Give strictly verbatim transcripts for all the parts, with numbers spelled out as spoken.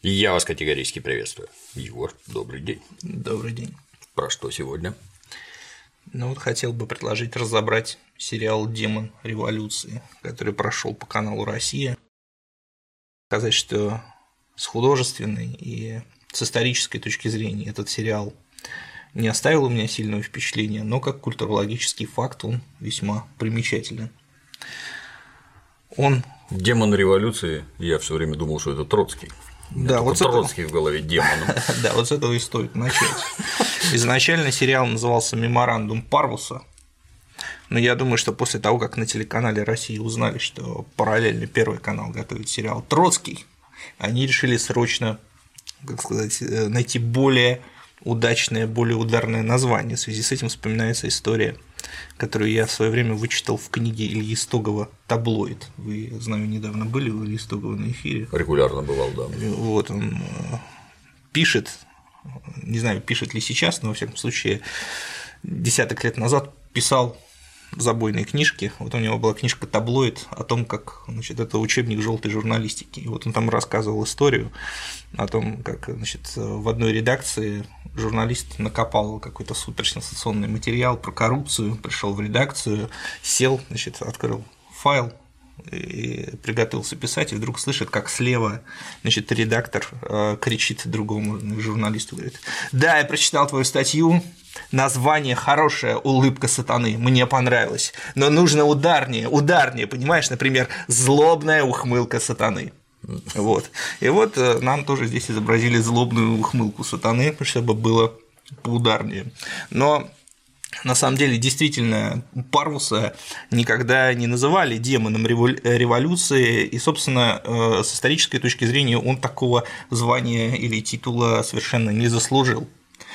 Я вас категорически приветствую. Егор, добрый день. Добрый день. Про что сегодня? Ну вот хотел бы предложить разобрать сериал «Демон революции», который прошел по каналу «Россия». Сказать, что с художественной и с исторической точки зрения этот сериал не оставил у меня сильного впечатления, но как культурологический факт он весьма примечателен. Он… Демон революции, я все время думал, что это Троцкий. Да, вот Троцкий в голове демоном. Да, вот с этого и стоит начать. Изначально сериал назывался «Меморандум Парвуса», но я думаю, что после того, как на телеканале «Россия» узнали, что параллельно Первый канал готовит сериал «Троцкий», они решили срочно, как сказать, найти более удачное, более ударное название. В связи с этим вспоминается история, которую я в свое время вычитал в книге Ильи Стогова «Таблоид». Вы, знаю, недавно были у Ильи Стогова на эфире. Регулярно бывал, да. Вот он пишет, не знаю, пишет ли сейчас, но во всяком случае десяток лет назад писал забойные книжки. Вот у него была книжка «Таблоид» о том, как, значит, это учебник желтой журналистики. И вот он там рассказывал историю о том, как, значит, в одной редакции журналист накопал какой-то суперсенсационный материал про коррупцию, пришел в редакцию, сел, значит, открыл файл и приготовился писать, и вдруг слышит, как слева, значит, редактор кричит другому журналисту, говорит: «Да, я прочитал твою статью, название хорошее, улыбка сатаны, мне понравилось, но нужно ударнее, ударнее, понимаешь, например, злобная ухмылка сатаны». Вот. И вот нам тоже здесь изобразили злобную ухмылку сатаны, чтобы было поударнее. Но на самом деле, действительно, Парвуса никогда не называли демоном революции, и, собственно, с исторической точки зрения он такого звания или титула совершенно не заслужил.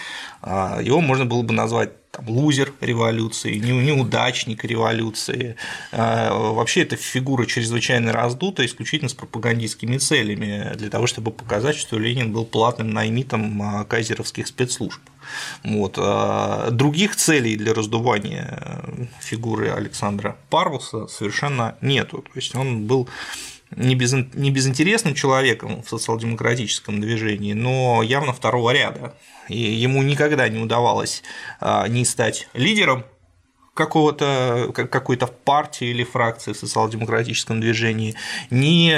Его можно было бы назвать там лузер революции, неудачник революции. Вообще, эта фигура чрезвычайно раздута исключительно с пропагандистскими целями, для того, чтобы показать, что Ленин был платным наймитом кайзеровских спецслужб. Вот. Других целей для раздувания фигуры Александра Парвуса совершенно нету. То есть он был не безинтересным человеком в социал-демократическом движении, но явно второго ряда. И ему никогда не удавалось ни стать лидером какого-то, какой-то партии или фракции в социал-демократическом движении, ни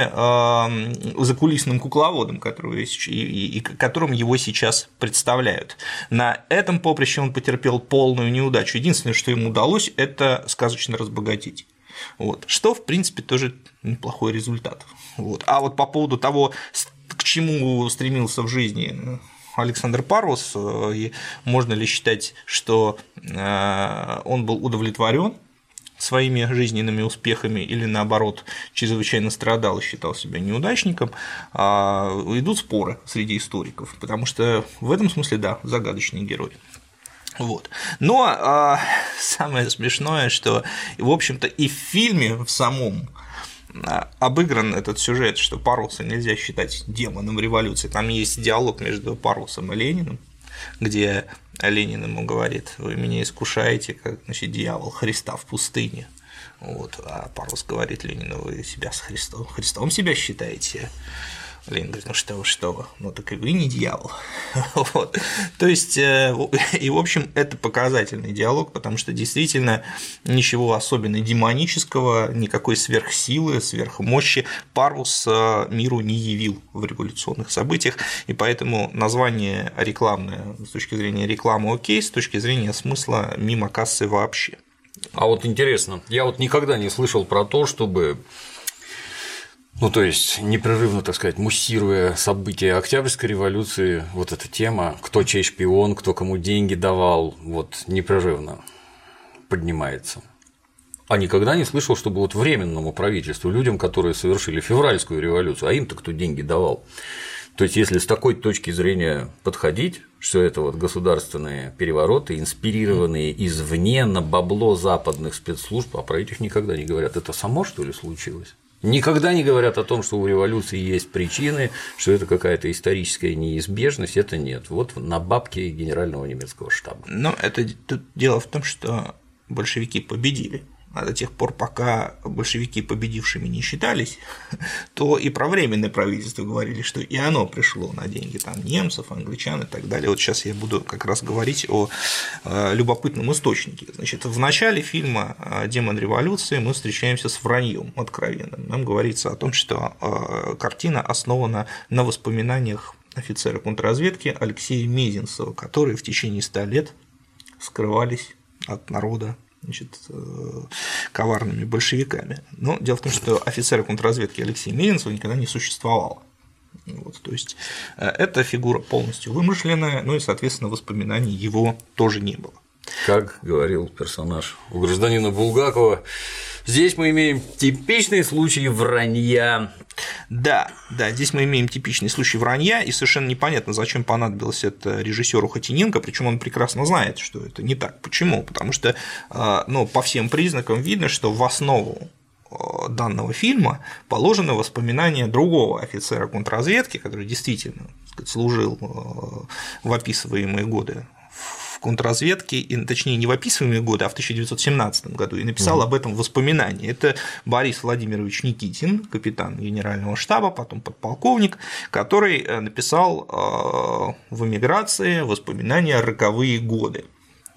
закулисным кукловодом, которым его сейчас представляют. На этом поприще он потерпел полную неудачу. Единственное, что ему удалось, это сказочно разбогатеть. Вот. Что, в принципе, тоже неплохой результат. Вот. А вот по поводу того, к чему стремился в жизни Александр Парвус, можно ли считать, что он был удовлетворен своими жизненными успехами или, наоборот, чрезвычайно страдал и считал себя неудачником, идут споры среди историков, потому что в этом смысле, да, загадочный герой. Вот. Но а, самое смешное, что, в общем-то, и в фильме в самом обыгран этот сюжет, что Парвуса нельзя считать демоном революции. Там есть диалог между Парвусом и Лениным, где Ленин ему говорит: «Вы меня искушаете, как, значит, дьявол Христа в пустыне». Вот. А Парвус говорит Ленину: «Вы себя с Христом, Христом себя считаете?» Ленин говорит: «Ну что вы, что вы, ну так и вы не дьявол». Вот. То есть, и в общем, это показательный диалог, потому что действительно ничего особенно демонического, никакой сверхсилы, сверхмощи Парвус миру не явил в революционных событиях, и поэтому название рекламное с точки зрения рекламы окей, с точки зрения смысла мимо кассы вообще. А вот интересно, я вот никогда не слышал про то, чтобы… Ну, то есть, непрерывно, так сказать, муссируя события Октябрьской революции, вот эта тема, кто чей шпион, кто кому деньги давал, вот непрерывно поднимается. А никогда не слышал, чтобы вот временному правительству, людям, которые совершили февральскую революцию, а им-то кто деньги давал. То есть, если с такой точки зрения подходить, что это вот государственные перевороты, инспирированные извне на бабло западных спецслужб, а про этих никогда не говорят, это само, что ли, случилось? Никогда не говорят о том, что у революции есть причины, что это какая-то историческая неизбежность, это нет. Вот на бабке генерального немецкого штаба. Но это тут дело в том, что большевики победили а до тех пор, пока большевики победившими не считались, то и про временное правительство говорили, что и оно пришло на деньги там немцев, англичан и так далее. Вот сейчас я буду как раз говорить о любопытном источнике. Значит, в начале фильма «Демон революции» мы встречаемся с враньем откровенным. Нам говорится о том, что картина основана на воспоминаниях офицера контрразведки Алексея Мезенцева, которые в течение ста лет скрывались от народа, значит, коварными большевиками. Но дело в том, что офицера контрразведки Алексея Мезенцева никогда не существовало. Вот, то есть эта фигура полностью вымышленная, ну и, соответственно, воспоминаний его тоже не было. Как говорил персонаж у гражданина Булгакова, здесь мы имеем типичный случай вранья. Да, да, здесь мы имеем типичный случай вранья, и совершенно непонятно, зачем понадобилось это режиссеру Хотиненко, причем он прекрасно знает, что это не так. Почему? Потому что, ну, по всем признакам видно, что в основу данного фильма положены воспоминания другого офицера контрразведки, который действительно, так сказать, служил в описываемые годы в контрразведке, и, точнее, не в описываемые годы, а в тысяча девятьсот семнадцатом году, и написал об этом воспоминания. Это Борис Владимирович Никитин, капитан генерального штаба, потом подполковник, который написал в эмиграции воспоминания «Роковые годы».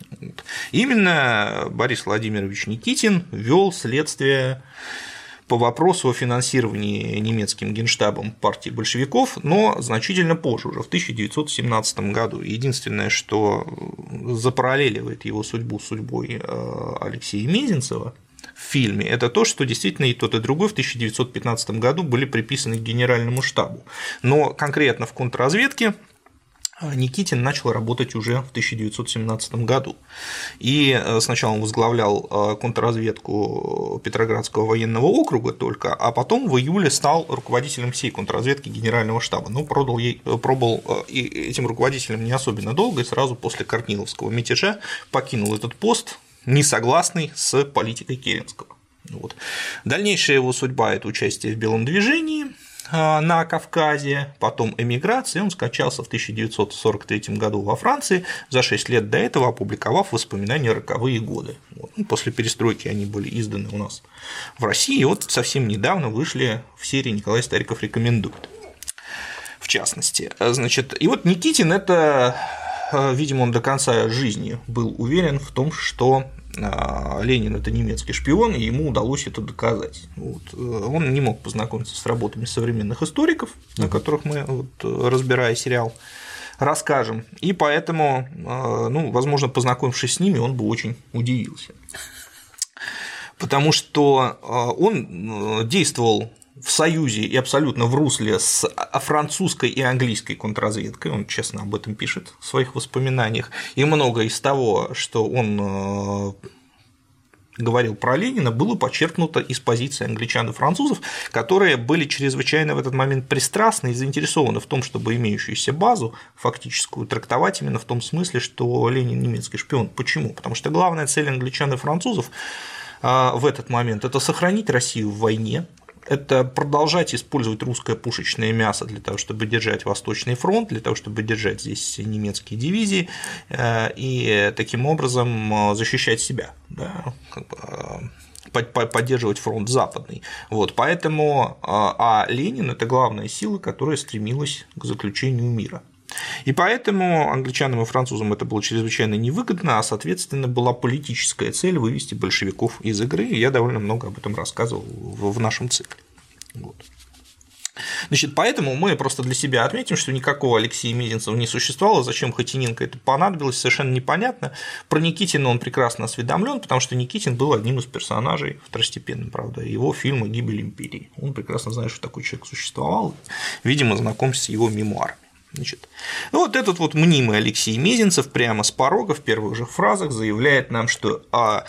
Именно Борис Владимирович Никитин вел следствие по вопросу о финансировании немецким генштабом партии большевиков, но значительно позже, уже в тысяча девятьсот семнадцатом году. Единственное, что запараллеливает его судьбу с судьбой Алексея Мезенцева в фильме, это то, что действительно и тот, и другой в тысяча девятьсот пятнадцатом году были приписаны к генеральному штабу. Но конкретно в контрразведке Никитин начал работать уже в тысяча девятьсот семнадцатом году. И сначала он возглавлял контрразведку Петроградского военного округа только, а потом в июле стал руководителем всей контрразведки генерального штаба. Ну, пробыл, пробыл этим руководителем не особенно долго, и сразу после Корниловского мятежа покинул этот пост, не согласный с политикой Керенского. Вот. Дальнейшая его судьба – это участие в Белом движении на Кавказе, потом эмиграция, он скончался в тысяча девятьсот сорок третьем году во Франции, за шесть лет до этого опубликовав воспоминания «Роковые годы». Вот. После перестройки они были изданы у нас в России, и вот совсем недавно вышли в серии «Николай Стариков рекомендует», в частности. Значит, и вот Никитин – это, видимо, он до конца жизни был уверен в том, что Ленин – это немецкий шпион, и ему удалось это доказать. Вот. Он не мог познакомиться с работами современных историков, о которых мы, вот, разбирая сериал, расскажем, и поэтому, ну, возможно, познакомившись с ними, он бы очень удивился, потому что он действовал в союзе и абсолютно в русле с французской и английской контрразведкой, он честно об этом пишет в своих воспоминаниях, и многое из того, что он говорил про Ленина, было почерпнуто из позиции англичан и французов, которые были чрезвычайно в этот момент пристрастны и заинтересованы в том, чтобы имеющуюся базу фактическую трактовать именно в том смысле, что Ленин немецкий шпион. Почему? Потому что главная цель англичан и французов в этот момент – это сохранить Россию в войне, это продолжать использовать русское пушечное мясо для того, чтобы держать Восточный фронт, для того, чтобы держать здесь немецкие дивизии и таким образом защищать себя, да, как бы поддерживать фронт западный. Вот, поэтому а Ленин – это главная сила, которая стремилась к заключению мира. И поэтому англичанам и французам это было чрезвычайно невыгодно, а, соответственно, была политическая цель вывести большевиков из игры, и я довольно много об этом рассказывал в нашем цикле. Вот. Значит, поэтому мы просто для себя отметим, что никакого Алексея Мезенцева не существовало, зачем Хотиненко это понадобилось, совершенно непонятно. Про Никитина он прекрасно осведомлен, потому что Никитин был одним из персонажей, второстепенным, правда, его фильма «Гибель империи». Он прекрасно знает, что такой человек существовал, видимо, знаком с его мемуарами. Значит, ну вот этот вот мнимый Алексей Мезенцев прямо с порога в первых же фразах заявляет нам, что о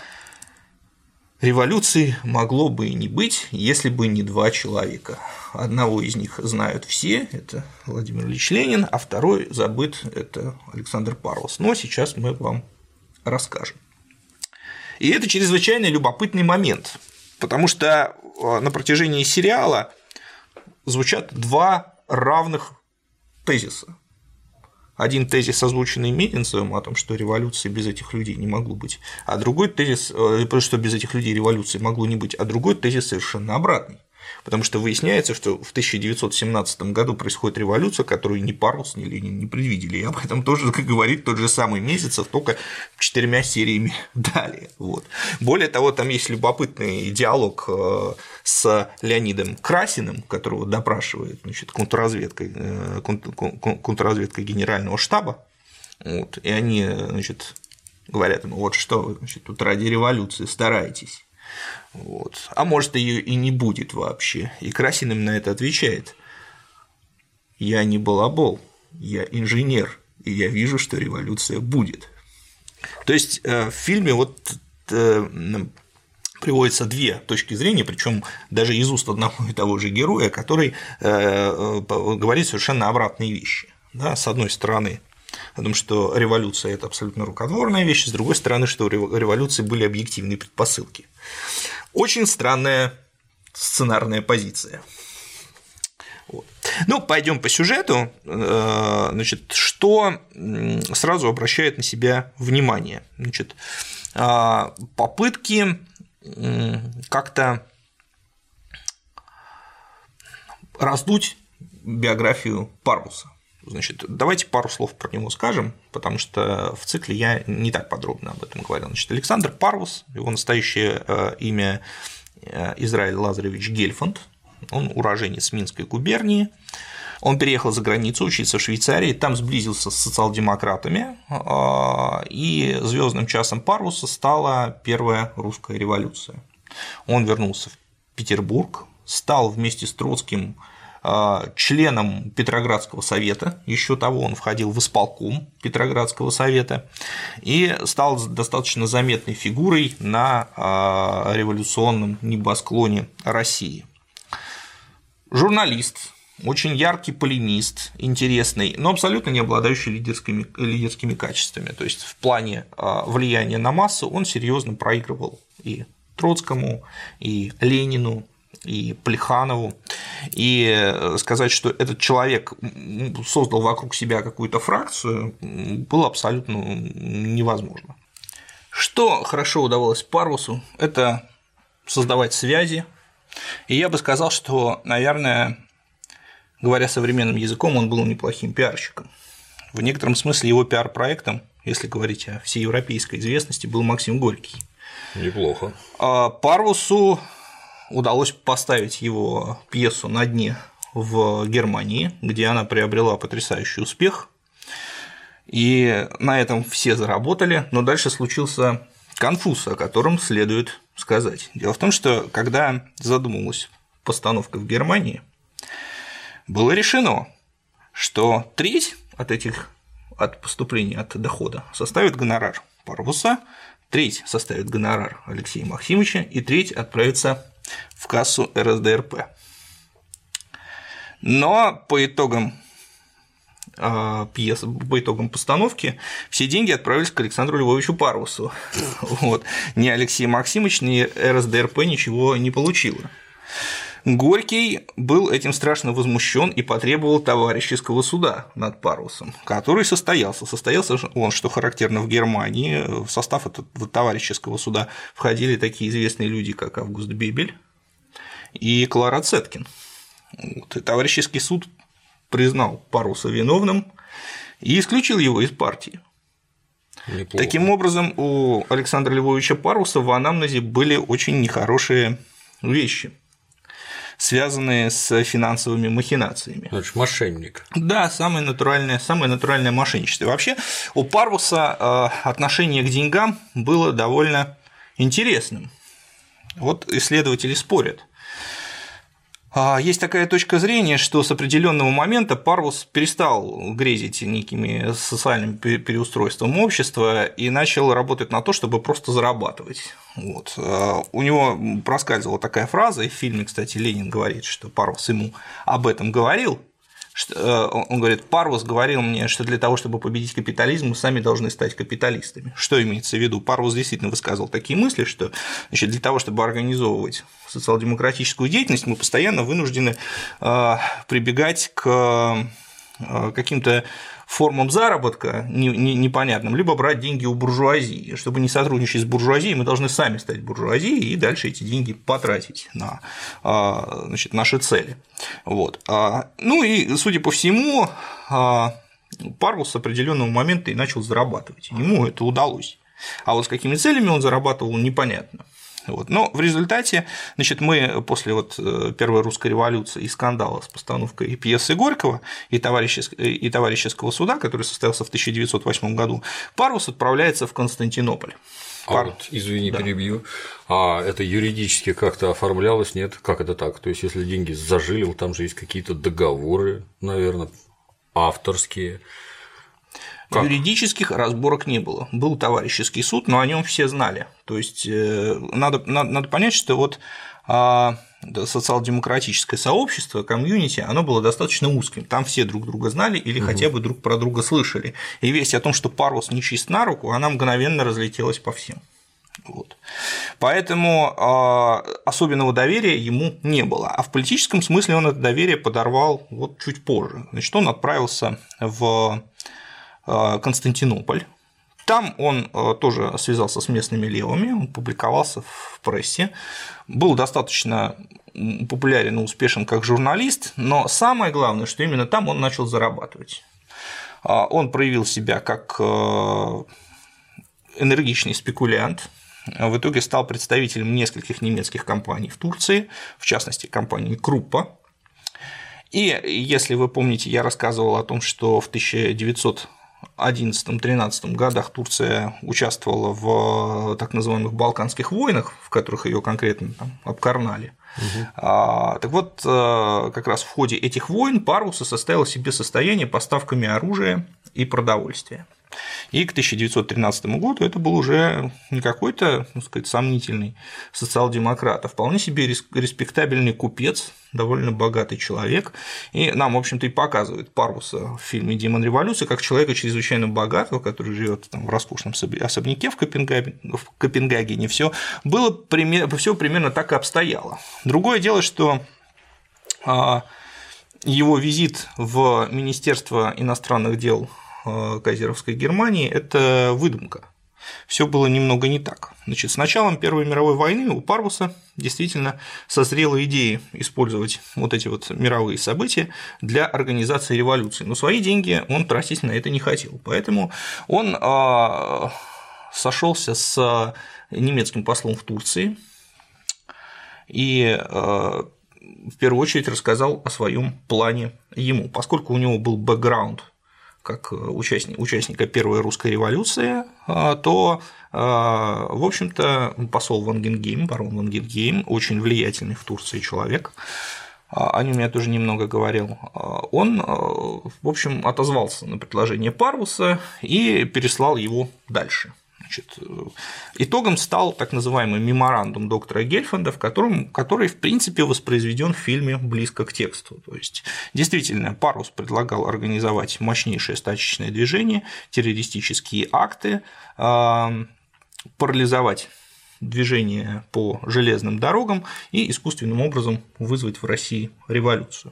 революции могло бы и не быть, если бы не два человека. Одного из них знают все, это Владимир Ильич Ленин, а второй забыт, это Александр Парлос. Но сейчас мы вам расскажем. И это чрезвычайно любопытный момент, потому что на протяжении сериала звучат два равных тезиса. Один тезис, озвученный Мезенцевым, о том, что революции без этих людей не могло быть, а другой тезис, что без этих людей революции могло не быть, а другой тезис совершенно обратный. Потому что выясняется, что в тысяча девятьсот семнадцатом году происходит революция, которую ни Парус, ни Ленин не предвидели. И об этом тоже, как говорит тот же самый Мезенцев, только четырьмя сериями далее. Вот. Более того, там есть любопытный диалог с Леонидом Красиным, которого допрашивает, значит, контрразведкой, контрразведкой Генерального штаба. Вот. И они, значит, говорят ему: вот что вы, значит, тут ради революции стараетесь. Вот. А может, ее и не будет вообще. И Красин им на это отвечает: я не балабол, я инженер, и я вижу, что революция будет. То есть в фильме вот приводятся две точки зрения, причем даже из уст одного и того же героя, который говорит совершенно обратные вещи. Да, с одной стороны, о том, что революция – это абсолютно рукотворная вещь, с другой стороны, что у революции были объективные предпосылки. Очень странная сценарная позиция. Вот. Ну, пойдем по сюжету. Значит, что сразу обращает на себя внимание? Значит, попытки как-то раздуть биографию Парвуса. Значит, давайте пару слов про него скажем, потому что в цикле я не так подробно об этом говорил. Значит, Александр Парвус, его настоящее имя Израиль Лазаревич Гельфанд, он уроженец Минской губернии, он переехал за границу учиться в Швейцарии, там сблизился с социал-демократами, и звездным часом Парвуса стала первая русская революция. Он вернулся в Петербург, стал вместе с Троцким членом Петроградского совета, еще того он входил в исполком Петроградского совета и стал достаточно заметной фигурой на революционном небосклоне России. Журналист, очень яркий полемист, интересный, но абсолютно не обладающий лидерскими, лидерскими качествами. То есть в плане влияния на массу он серьезно проигрывал и Троцкому, и Ленину, и Плеханову, и сказать, что этот человек создал вокруг себя какую-то фракцию, было абсолютно невозможно. Что хорошо удавалось Парвусу – это создавать связи, и я бы сказал, что, наверное, говоря современным языком, он был неплохим пиарщиком. В некотором смысле его пиар-проектом, если говорить о всеевропейской известности, был Максим Горький. Неплохо. Парвусу удалось поставить его пьесу на дне в Германии, где она приобрела потрясающий успех, и на этом все заработали, но дальше случился конфуз, о котором следует сказать. Дело в том, что когда задумывалась постановка в Германии, было решено, что треть от этих от поступления, от дохода составит гонорар Парвуса, треть составит гонорар Алексея Максимовича и треть отправится в кассу эр эс дэ эр пэ. Но по итогам пьесы, по итогам постановки все деньги отправились к Александру Львовичу Парвусу. Вот. Ни Алексей Максимович, ни эр эс дэ эр пэ ничего не получило. Горький был этим страшно возмущен и потребовал товарищеского суда над Парвусом, который состоялся. Состоялся он, что характерно, в Германии. В состав этого товарищеского суда входили такие известные люди, как Август Бебель и Клара Цеткин. Вот. И товарищеский суд признал Парвуса виновным и исключил его из партии. Неплохо. Таким образом, у Александра Львовича Парвуса в анамнезе были очень нехорошие вещи, связанные с финансовыми махинациями. Значит, мошенник. Да, самое натуральное, самое натуральное мошенничество. Вообще у Парвуса отношение к деньгам было довольно интересным. Вот исследователи спорят. Есть такая точка зрения, что с определенного момента Парвус перестал грезить некими социальным переустройством общества и начал работать на то, чтобы просто зарабатывать. Вот. У него проскальзывала такая фраза, и в фильме, кстати, Ленин говорит, что Парвус ему об этом говорил. Он говорит: Парвус говорил мне, что для того, чтобы победить капитализм, мы сами должны стать капиталистами. Что имеется в виду? Парвус действительно высказывал такие мысли, что, значит, для того, чтобы организовывать социал-демократическую деятельность, мы постоянно вынуждены прибегать к каким-то формам заработка непонятным, либо брать деньги у буржуазии. Чтобы не сотрудничать с буржуазией, мы должны сами стать буржуазией и дальше эти деньги потратить на, значит, наши цели. Вот. Ну и, судя по всему, Парвус с определенного момента и начал зарабатывать. Ему это удалось. А вот с какими целями он зарабатывал, непонятно. Вот. Но в результате, значит, мы после вот Первой русской революции и скандала с постановкой пьесы Горького и товарищеского суда, который состоялся в тысяча девятьсот восьмом году, Парвус отправляется в Константинополь. А Пар... вот, извини, да. перебью. А это юридически как-то оформлялось, нет? Как это так? То есть, если деньги зажилил, там же есть какие-то договоры, наверное, авторские. Как? Юридических разборок не было. Был товарищеский суд, но о нем все знали. То есть надо, надо, надо понять, что вот социал-демократическое сообщество, комьюнити, оно было достаточно узким. Там все друг друга знали или угу. хотя бы друг про друга слышали. И весть о том, что Парвус не чист на руку, она мгновенно разлетелась по всем. Вот. Поэтому э, особенного доверия ему не было. А в политическом смысле он это доверие подорвал вот чуть позже. Значит, он отправился в Константинополь. Там он тоже связался с местными левыми, он публиковался в прессе, был достаточно популярен и успешен как журналист, но самое главное, что именно там он начал зарабатывать. Он проявил себя как энергичный спекулянт, в итоге стал представителем нескольких немецких компаний в Турции, в частности, компании Круппа. И если вы помните, я рассказывал о том, что в тысяча девятьсот одиннадцатом-тринадцатом годах Турция участвовала в так называемых Балканских войнах, в которых ее конкретно там обкарнали. Угу. А, так вот, как раз в ходе этих войн Парвус составил себе состояние поставками оружия и продовольствия. И к тысяча девятьсот тринадцатому году это был уже не какой-то, так сказать, сомнительный социал-демократ, а вполне себе респектабельный купец, довольно богатый человек. И нам, в общем-то, и показывают Парвуса в фильме «Демон революции» как человека чрезвычайно богатого, который живет в роскошном особняке в Копенгагене. В Копенгагене все было все примерно так и обстояло. Другое дело, что его визит в Министерство иностранных дел кайзеровской Германии – это выдумка. Все было немного не так. Значит, с началом Первой мировой войны у Парвуса действительно созрела идея использовать вот эти вот мировые события для организации революции, но свои деньги он тратить на это не хотел, поэтому он сошелся с немецким послом в Турции и в первую очередь рассказал о своем плане ему, поскольку у него был бэкграунд как участник, участника Первой русской революции, то, в общем-то, посол Вангенгейм, барон Вангенгейм, очень влиятельный в Турции человек, о нем я тоже немного говорил, он, в общем, отозвался на предложение Парвуса и переслал его дальше. Значит, итогом стал так называемый меморандум доктора Гельфанда, в котором, который, в принципе, воспроизведен в фильме близко к тексту. То есть, действительно, Парвус предлагал организовать мощнейшее стачечное движение, террористические акты, парализовать движение по железным дорогам и искусственным образом вызвать в России революцию.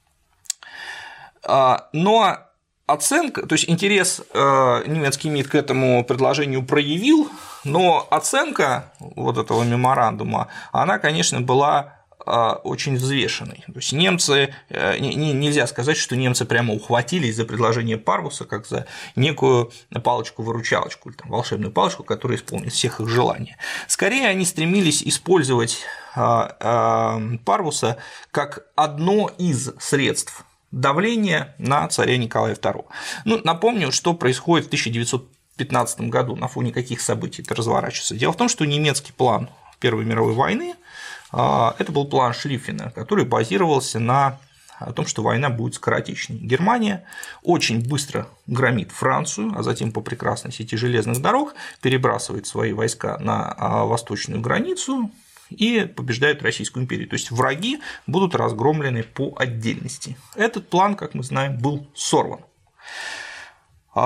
Но оценка, то есть интерес немецкий МИД к этому предложению проявил, но оценка вот этого меморандума, она, конечно, была очень взвешенной. То есть немцы, нельзя сказать, что немцы прямо ухватились за предложение Парвуса как за некую палочку-выручалочку, или там, волшебную палочку, которая исполнит всех их желания. Скорее они стремились использовать Парвуса как одно из средств давление на царя Николая второго. Ну, напомню, что происходит в тысяча девятьсот пятнадцатом году, на фоне каких событий это разворачивается. Дело в том, что немецкий план Первой мировой войны – это был план Шлиффена, который базировался на том, что война будет скоротечной. Германия очень быстро громит Францию, а затем по прекрасной сети железных дорог перебрасывает свои войска на восточную границу и побеждают Российскую империю. То есть враги будут разгромлены по отдельности. Этот план, как мы знаем, был сорван.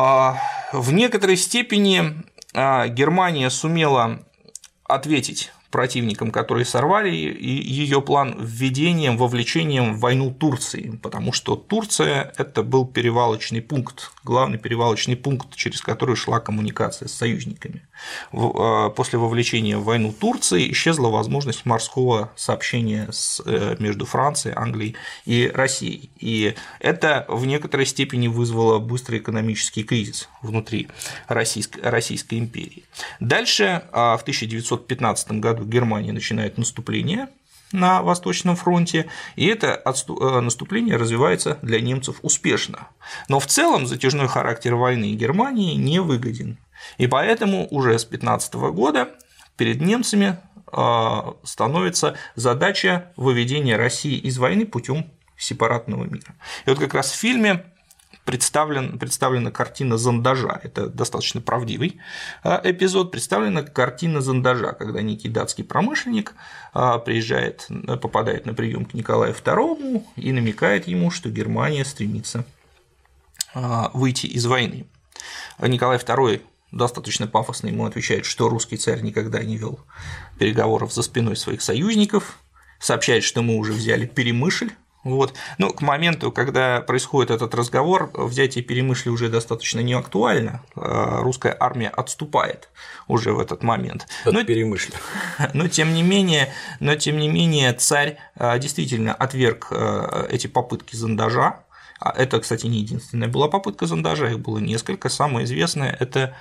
В некоторой степени Германия сумела ответить противникам, которые сорвали ее план, введением, вовлечением в войну Турции, потому что Турция – это был перевалочный пункт, главный перевалочный пункт, через который шла коммуникация с союзниками. После вовлечения в войну Турции исчезла возможность морского сообщения с, между Францией, Англией и Россией, и это в некоторой степени вызвало быстрый экономический кризис внутри Российской, Российской империи. Дальше в тысяча девятьсот пятнадцатом году Германия начинает наступление на Восточном фронте, и это наступление развивается для немцев успешно. Но в целом затяжной характер войны Германии не выгоден, и поэтому уже с пятнадцатого года перед немцами становится задача выведения России из войны путем сепаратного мира. И вот как раз в фильме Представлен, представлена картина зондажа, это достаточно правдивый эпизод, представлена картина зондажа, когда некий датский промышленник приезжает, попадает на прием к Николаю второму и намекает ему, что Германия стремится выйти из войны. Николай второй достаточно пафосно ему отвечает, что русский царь никогда не вел переговоров за спиной своих союзников, сообщает, что мы уже взяли Перемышль. Вот. Но к моменту, когда происходит этот разговор, взятие Перемышля уже достаточно не актуально, русская армия отступает уже в этот момент. От но, Перемышля. Но, тем не менее, но тем не менее царь действительно отверг эти попытки зондажа. Это, кстати, не единственная была попытка зондажа, их было несколько. Самое известное – это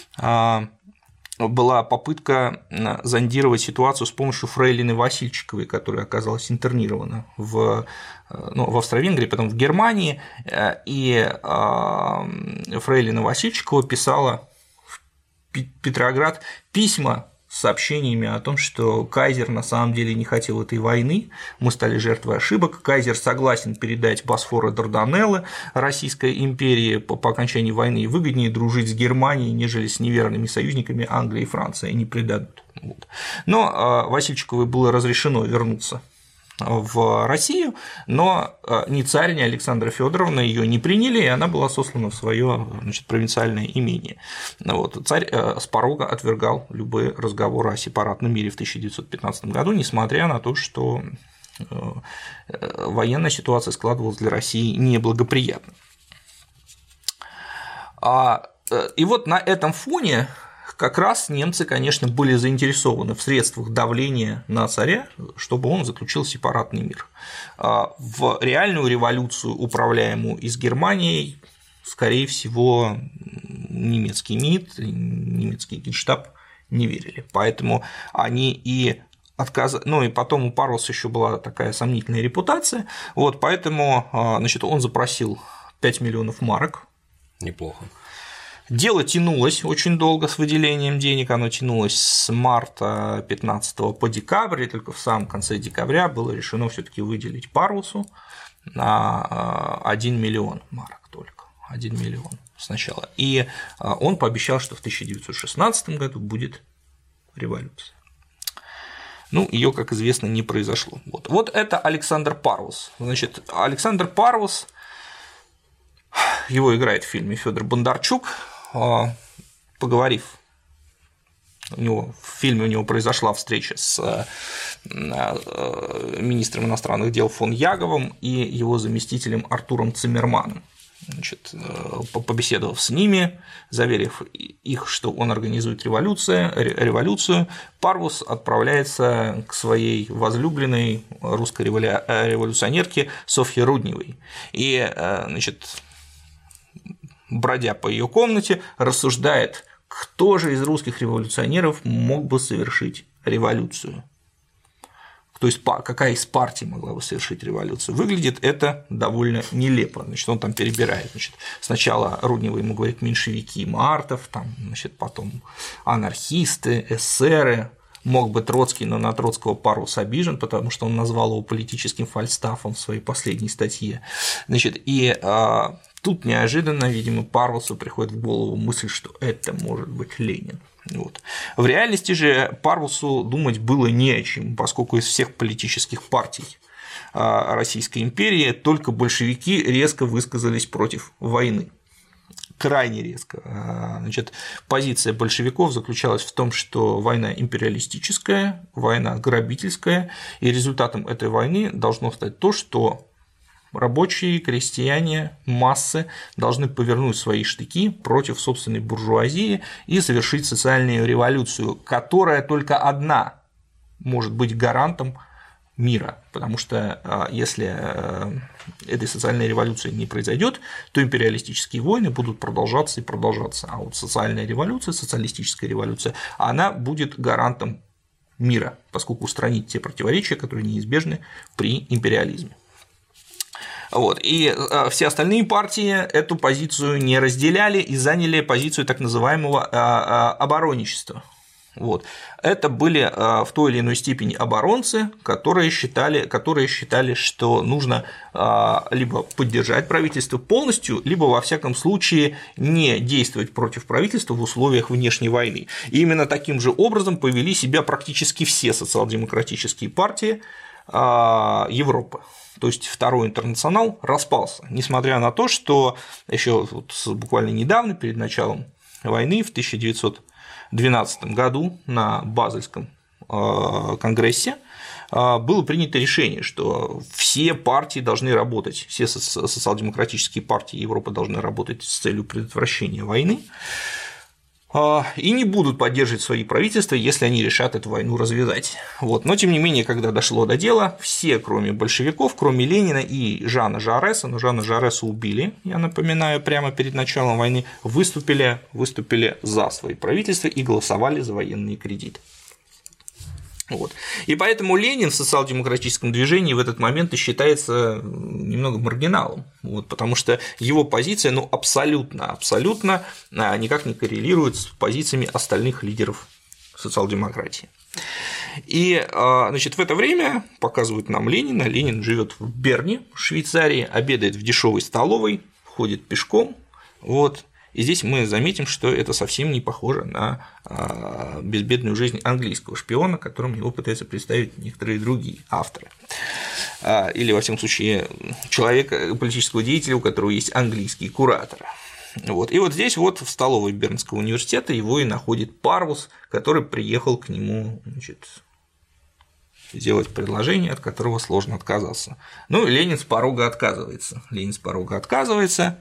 была попытка зондировать ситуацию с помощью фрейлины Васильчиковой, которая оказалась интернирована в, ну, в Австро-Венгрии, потом в Германии, и фрейлина Васильчикова писала в Петроград письма с сообщениями о том, что кайзер на самом деле не хотел этой войны, мы стали жертвой ошибок, кайзер согласен передать Босфор и Дарданеллы Российской империи по, по окончании войны, и выгоднее дружить с Германией, нежели с неверными союзниками Англии и Франции, они предадут. Вот. Но Васильчиковой было разрешено вернуться в Россию, но ни царь, ни Александра Федоровна ее не приняли, и она была сослана в свое, значит, провинциальное имение. Вот. Царь с порога отвергал любые разговоры о сепаратном мире в тысяча девятьсот пятнадцатом году, несмотря на то, что военная ситуация складывалась для России неблагоприятно. И вот на этом фоне как раз немцы, конечно, были заинтересованы в средствах давления на царя, чтобы он заключил сепаратный мир. В реальную революцию, управляемую из Германии, скорее всего, немецкий МИД, немецкий Генштаб не верили. Поэтому они и отказали, ну и потом у Парлса еще была такая сомнительная репутация, вот, поэтому, значит, он запросил пять миллионов марок. Неплохо. Дело тянулось очень долго с выделением денег, оно тянулось с марта пятнадцатого по декабрь, и только в самом конце декабря было решено все-таки выделить Парлсу на один миллион марок только, один миллион сначала. И он пообещал, что в тысяча девятьсот шестнадцатом году будет революция. Ну, ее, как известно, не произошло. Вот, вот это Александр Парлс. Значит, Александр Парлс, его играет в фильме Федор Бондарчук. Поговорив, у него, в фильме у него произошла встреча с министром иностранных дел фон Яговым и его заместителем Артуром Циммерманом. Значит, побеседовав с ними, заверив их, что он организует революцию, революцию, Парлс отправляется к своей возлюбленной русской революционерке Софье Рудневой. И, значит, бродя по ее комнате, рассуждает, кто же из русских революционеров мог бы совершить революцию. То есть какая из партий могла бы совершить революцию. Выглядит это довольно нелепо. Значит, он там перебирает. Значит, сначала Руднева ему говорит меньшевики, Мартов, там, значит, потом анархисты, эсеры. Мог бы Троцкий, но на Троцкого Парлс обижен, потому что он назвал его политическим фальстафом в своей последней статье. Значит, и а, тут неожиданно, видимо, Парлсу приходит в голову мысль, что это может быть Ленин. Вот. В реальности же Парлсу думать было не о чем, поскольку из всех политических партий Российской империи только большевики резко высказались против войны. крайне резко. Значит, позиция большевиков заключалась в том, что война империалистическая, война грабительская, и результатом этой войны должно стать то, что рабочие, крестьяне, массы должны повернуть свои штыки против собственной буржуазии и совершить социальную революцию, которая только одна может быть гарантом мира, потому что если этой социальной революции не произойдет, то империалистические войны будут продолжаться и продолжаться, а вот социальная революция, социалистическая революция, она будет гарантом мира, поскольку устранит те противоречия, которые неизбежны при империализме. Вот. И все остальные партии эту позицию не разделяли и заняли позицию так называемого оборонничества. Вот. Это были в той или иной степени оборонцы, которые считали, которые считали, что нужно либо поддержать правительство полностью, либо во всяком случае не действовать против правительства в условиях внешней войны. И именно таким же образом повели себя практически все социал-демократические партии Европы. То есть Второй интернационал распался, несмотря на то, что еще вот буквально недавно, перед началом войны, в тысяча девятьсот двенадцатом году на Базельском конгрессе было принято решение, что все партии должны работать, все социал-демократические партии Европы должны работать с целью предотвращения войны и не будут поддерживать свои правительства, если они решат эту войну развязать. Вот. Но, тем не менее, когда дошло до дела, все, кроме большевиков, кроме Ленина и Жана Жареса, но Жана Жареса убили, я напоминаю, прямо перед началом войны, выступили, выступили за свои правительства и голосовали за военные кредиты. Вот. И поэтому Ленин в социал-демократическом движении в этот момент и считается немного маргиналом, вот, потому что его позиция ну, абсолютно, абсолютно никак не коррелирует с позициями остальных лидеров социал-демократии. И значит, в это время показывают нам Ленина. Ленин живет в Берне, в Швейцарии, обедает в дешевой столовой, ходит пешком. Вот. И здесь мы заметим, что это совсем не похоже на безбедную жизнь английского шпиона, которым его пытаются представить некоторые другие авторы. Или, во всяком случае, человека, политического деятеля, у которого есть английские кураторы. Вот. И вот здесь вот в столовой Бернского университета его и находит Парвус, который приехал к нему, значит, сделать предложение, от которого сложно отказаться. Ну, Ленин с порога отказывается. Ленин с порога отказывается.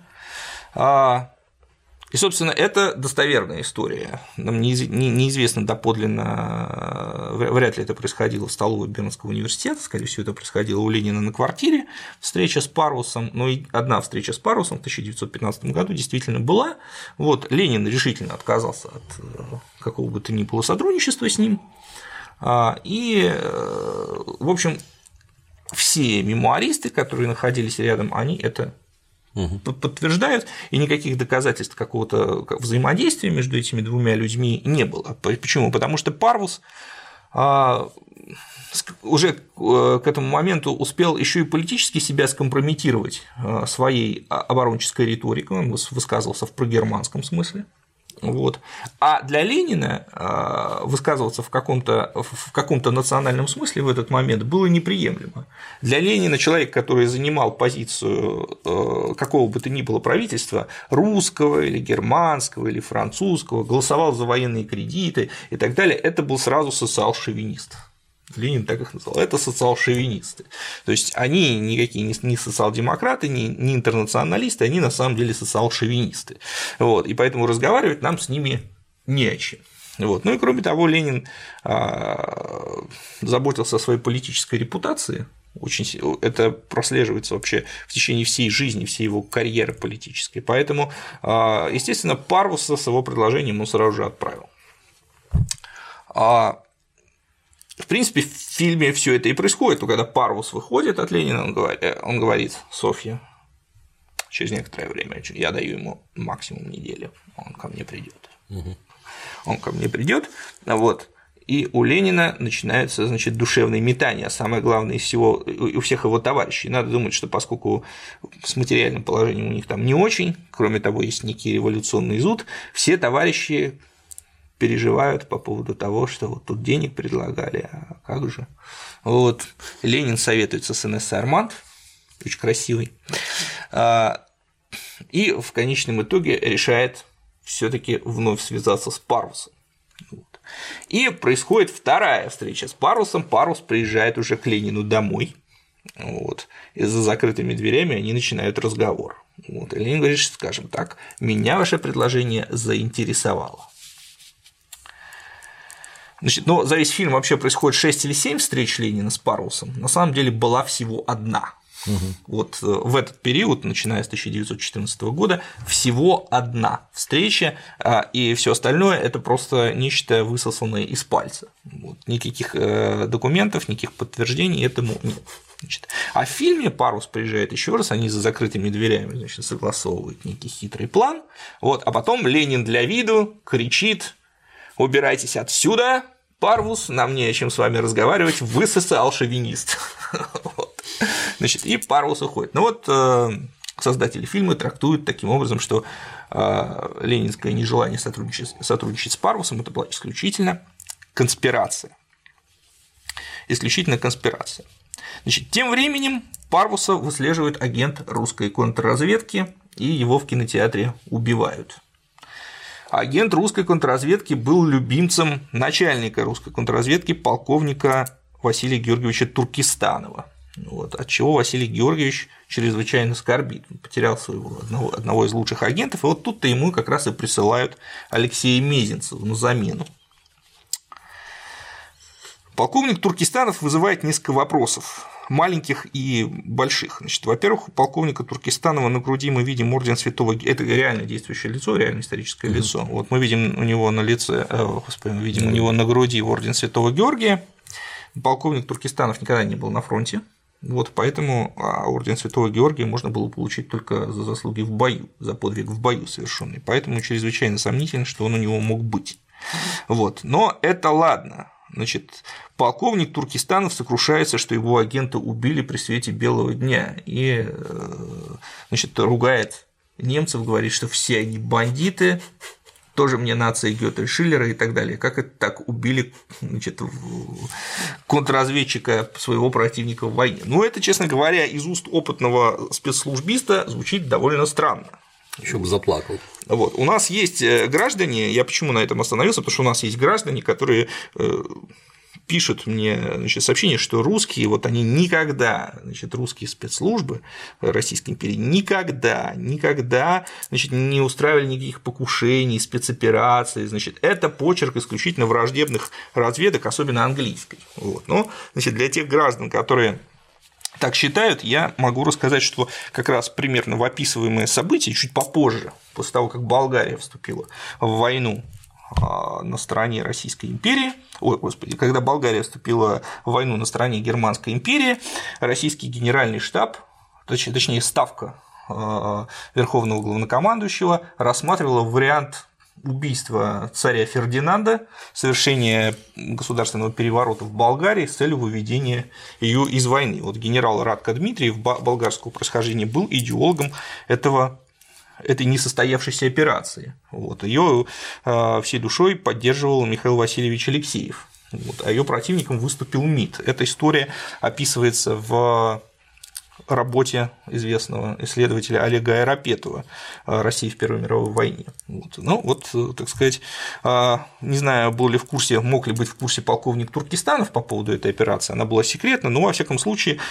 И, собственно, это достоверная история. Нам неизвестно доподлинно, вряд ли это происходило в столовой Бернского университета, скорее всего, это происходило у Ленина на квартире, встреча с Парвусом, но и одна встреча с Парвусом в тысяча девятьсот пятнадцатом году действительно была. Вот, Ленин решительно отказался от какого бы то ни было сотрудничества с ним. И, в общем, все мемуаристы, которые находились рядом, они это подтверждают, и никаких доказательств какого-то взаимодействия между этими двумя людьми не было. Почему? Потому что Парвус уже к этому моменту успел еще и политически себя скомпрометировать своей оборонческой риторикой, он высказывался в прогерманском смысле. Вот. А для Ленина высказываться в каком-то в каком-то национальном смысле в этот момент было неприемлемо. Для Ленина человек, который занимал позицию какого бы то ни было правительства, русского или германского или французского, голосовал за военные кредиты и так далее, это был сразу социал-шовинист. Ленин так их назвал, это социал-шовинисты. То есть они никакие не социал-демократы, не, не интернационалисты, они на самом деле социал-шовинисты. Вот, и поэтому разговаривать нам с ними не о чем. Вот. Ну и кроме того, Ленин а, заботился о своей политической репутации. Очень, это прослеживается вообще в течение всей жизни, всей его карьеры политической. Поэтому, естественно, Парвуса с его предложением он сразу же отправил. В принципе, в фильме все это и происходит, но когда Парвус выходит от Ленина, он говорит, он говорит: Софья, через некоторое время, я даю ему максимум недели, он ко мне придет. Угу. Он ко мне придет, вот, и у Ленина начинается, значит, душевное метание, а самое главное из всего у всех его товарищей. Надо думать, что поскольку с материальным положением у них там не очень, кроме того, есть некий революционный зуд, все товарищи переживают по поводу того, что вот тут денег предлагали, а как же. Вот Ленин советуется с Инессой Арманд, очень красивый, и в конечном итоге решает все-таки вновь связаться с Парвусом. Вот. И происходит вторая встреча с Парвусом. Парвус приезжает уже к Ленину домой. Вот. И за закрытыми дверями они начинают разговор. Вот. И Ленин говорит, скажем так, меня ваше предложение заинтересовало. Значит, но за весь фильм вообще происходит шесть или семь встреч Ленина с Парвусом. На самом деле была всего одна. Угу. Вот в этот период, начиная с тысяча девятьсот четырнадцатого года, всего одна встреча, и все остальное это просто нечто высосанное из пальца. Вот. Никаких документов, никаких подтверждений этому нет. Значит, а в фильме Парвус приезжает еще раз, они за закрытыми дверями, значит, согласовывают некий хитрый план, вот, а потом Ленин для виду кричит: убирайтесь отсюда, Парвус, нам не о чем с вами разговаривать, вы социал-шовинист. Значит, и Парвус уходит. Ну вот создатели фильма трактуют таким образом, что ленинское нежелание сотрудничать, сотрудничать с Парвусом это была исключительно конспирация. Исключительно конспирация. Значит, тем временем Парвуса выслеживает агент русской контрразведки, и его в кинотеатре убивают. Агент русской контрразведки был любимцем начальника русской контрразведки полковника Василия Георгиевича Туркестанова. Вот, от чего Василий Георгиевич чрезвычайно скорбит. Он потерял своего одного, одного из лучших агентов, и вот тут-то ему как раз и присылают Алексея Мезенцева на замену. Полковник Туркестанов вызывает несколько вопросов, маленьких и больших. Значит, во-первых, у полковника Туркестанова на груди мы видим орден Святого Георгия. Это реально действующее лицо, реально историческое mm-hmm. лицо. Вот мы видим у него на лице, э, господи, мы видим mm-hmm. у него на груди орден Святого Георгия. Полковник Туркестанов никогда не был на фронте, вот поэтому орден Святого Георгия можно было получить только за заслуги в бою, за подвиг в бою совершенный. Поэтому чрезвычайно сомнительно, что он у него мог быть. Вот. Но это ладно. Значит, полковник Туркестанов сокрушается, что его агента убили при свете белого дня, и, значит, ругает немцев, говорит, что все они бандиты, тоже мне нация Гёте, Шиллера и так далее. Как это так убили, значит, контрразведчика своего противника в войне? Ну, это, честно говоря, из уст опытного спецслужбиста звучит довольно странно. Еще бы заплакал. Вот. У нас есть граждане, я почему на этом остановился, потому что у нас есть граждане, которые пишут мне, значит, сообщение, что русские, вот они никогда, значит, русские спецслужбы Российской империи никогда, никогда, значит, не устраивали никаких покушений, спецопераций, значит, это почерк исключительно враждебных разведок, особенно английской. Вот. Но, значит, для тех граждан, которые так считают, я могу рассказать, что как раз примерно в описываемые события чуть попозже, после того, как Болгария вступила в войну на стороне Российской империи, ой, господи, когда Болгария вступила в войну на стороне Германской империи, российский генеральный штаб, точнее ставка Верховного главнокомандующего рассматривала вариант убийства царя Фердинанда, совершения государственного переворота в Болгарии с целью выведения ее из войны. Вот генерал Радко Дмитриев, болгарского происхождения, был идеологом этого, этой несостоявшейся операции. Вот. Ее всей душой поддерживал Михаил Васильевич Алексеев, вот. А ее противником выступил МИД. Эта история описывается в работе известного исследователя Олега Айрапетова «Россия в Первой мировой войне». Вот. Ну, вот, так сказать, не знаю, был ли в курсе, мог ли быть в курсе полковник Туркестанов по поводу этой операции, она была секретна, но, во всяком случае,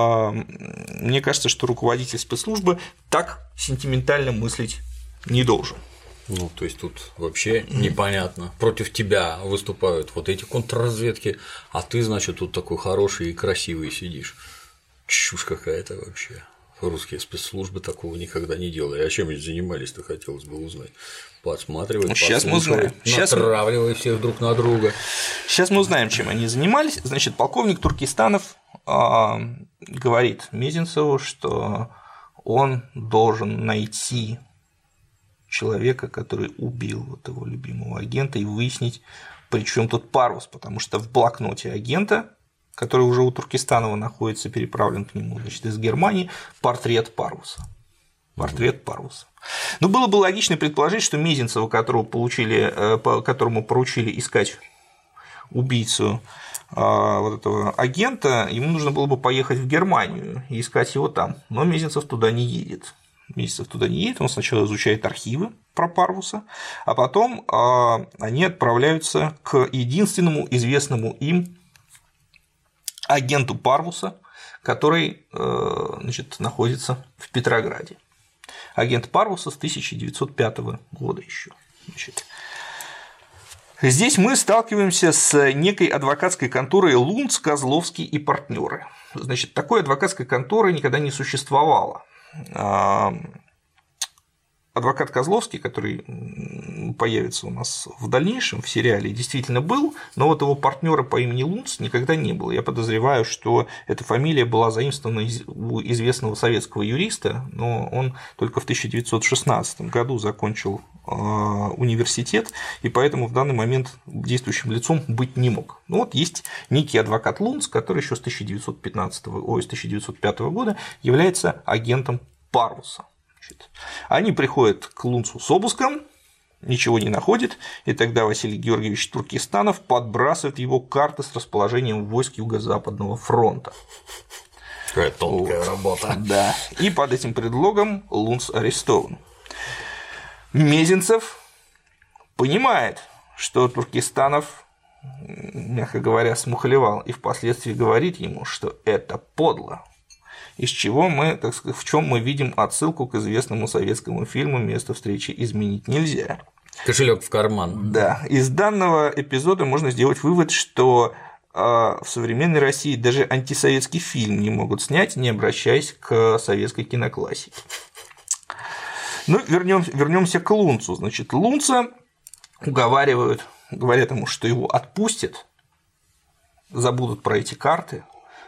мне кажется, что руководитель спецслужбы так сентиментально мыслить не должен. Ну, то есть тут вообще непонятно. Против тебя выступают вот эти контрразведки, а ты, значит, тут такой хороший и красивый сидишь. Чушь какая-то вообще. Русские спецслужбы такого никогда не делали. А чем они занимались-то, хотелось бы узнать. Подсматривать, сейчас мы узнаем. Натравливая сейчас... всех друг на друга. Сейчас мы узнаем, чем они занимались. Значит, полковник Туркестанов э, говорит Мезенцеву, что он должен найти человека, который убил вот его любимого агента, и выяснить, при чем тут Парвус, потому что в блокноте агента, который уже у Туркестанова находится, переправлен к нему, значит, из Германии, портрет Парвуса. Портрет Парвуса. Ну, было бы логично предположить, что Мезенцева, которого получили, которому поручили искать убийцу вот этого агента, ему нужно было бы поехать в Германию и искать его там, но Мезенцев туда не едет. месяцев туда не едет, он сначала изучает архивы про Парвуса, а потом э, они отправляются к единственному известному им агенту Парвуса, который э, значит, находится в Петрограде. Агент Парвуса с тысяча девятьсот пятого года еще. Значит, здесь мы сталкиваемся с некой адвокатской конторой Лунц, Козловский и партнеры. Значит, такой адвокатской конторы никогда не существовало. Адвокат Козловский, который появится у нас в дальнейшем в сериале, действительно был, но вот его партнера по имени Лунц никогда не было. Я подозреваю, что эта фамилия была заимствована у известного советского юриста, но он только в тысяча девятьсот шестнадцатом году закончил университет, и поэтому в данный момент действующим лицом быть не мог. Ну вот есть некий адвокат Лунц, который еще с тысяча девятьсот пятнадцатого, ой, с тысяча девятьсот пятого года является агентом Парвуса. Они приходят к Лунцу с обыском, ничего не находят, и тогда Василий Георгиевич Туркестанов подбрасывает его карты с расположением войск Юго-Западного фронта. Какая тонкая вот. Работа. Да. И под этим предлогом Лунц арестован. Мезенцев понимает, что Туркестанов, мягко говоря, смухлевал, и впоследствии говорит ему, что это подло. Из чего мы, так сказать, в чем мы видим отсылку к известному советскому фильму «Место встречи изменить нельзя». Кошелек в карман. Да. Из данного эпизода можно сделать вывод, что в современной России даже антисоветский фильм не могут снять, не обращаясь к советской киноклассике. Ну, вернемся, вернемся к Лунцу. Значит, Лунца уговаривают, говорят ему, что его отпустят, забудут про эти карты.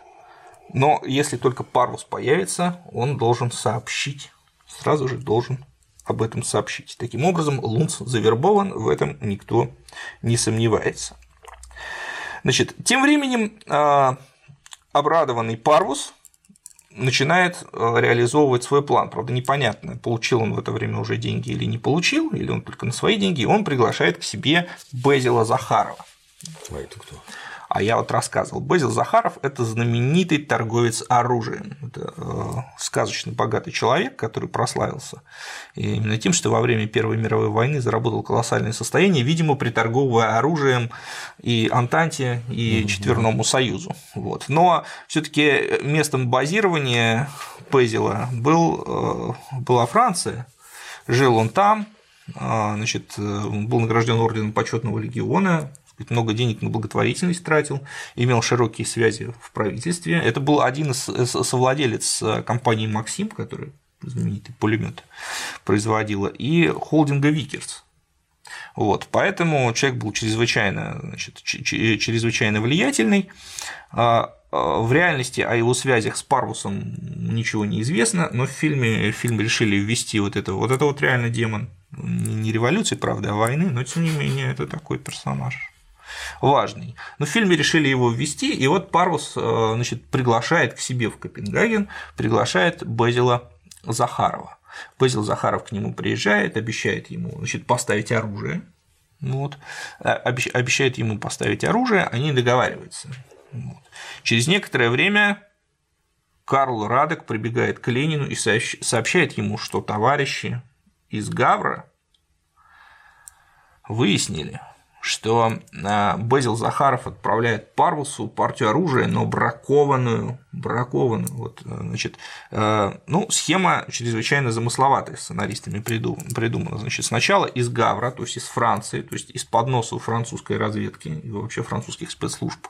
Но если только Парвус появится, он должен сообщить, сразу же должен об этом сообщить. Таким образом, Лунц завербован, в этом никто не сомневается. Значит, тем временем обрадованный Парвус начинает реализовывать свой план. Правда, непонятно, получил он в это время уже деньги или не получил, или он только на свои деньги. Он приглашает к себе Безила Захарова. А это кто? А я вот рассказывал, Безил Захаров – это знаменитый торговец оружием, это э, сказочно богатый человек, который прославился и именно тем, что во время Первой мировой войны заработал колоссальное состояние, видимо, приторговывая оружием и Антанте, и Четверному Союзу. Вот. Но все-таки местом базирования Безила был, э, была Франция, жил он там, э, значит, был награжден орденом почетного легиона. Много денег на благотворительность тратил, имел широкие связи в правительстве. Это был один из совладелец компании «Максим», которая знаменитый пулемет производила, и холдинга «Викерс». Вот, поэтому человек был чрезвычайно, значит, чрезвычайно влиятельный. В реальности о его связях с Парвусом ничего не известно, но в фильме, в фильм решили ввести вот это вот, это вот реально демон, не революции, правда, а войны, но тем не менее это такой персонаж важный. Но в фильме решили его ввести, и вот Парвус, значит, приглашает к себе в Копенгаген, приглашает Безила Захарова. Безил Захаров к нему приезжает, обещает ему, значит, поставить оружие. Вот, обещает ему поставить оружие, они договариваются. Вот. Через некоторое время Карл Радек прибегает к Ленину и сообщает ему, что товарищи из Гавра выяснили, что Безил Захаров отправляет Парвусу партию оружия, но бракованную, бракованную. Вот, значит, ну, схема чрезвычайно замысловатая, сценаристами придумана. Значит, сначала из Гавра, то есть из Франции, то есть из-под носа французской разведки и вообще французских спецслужб,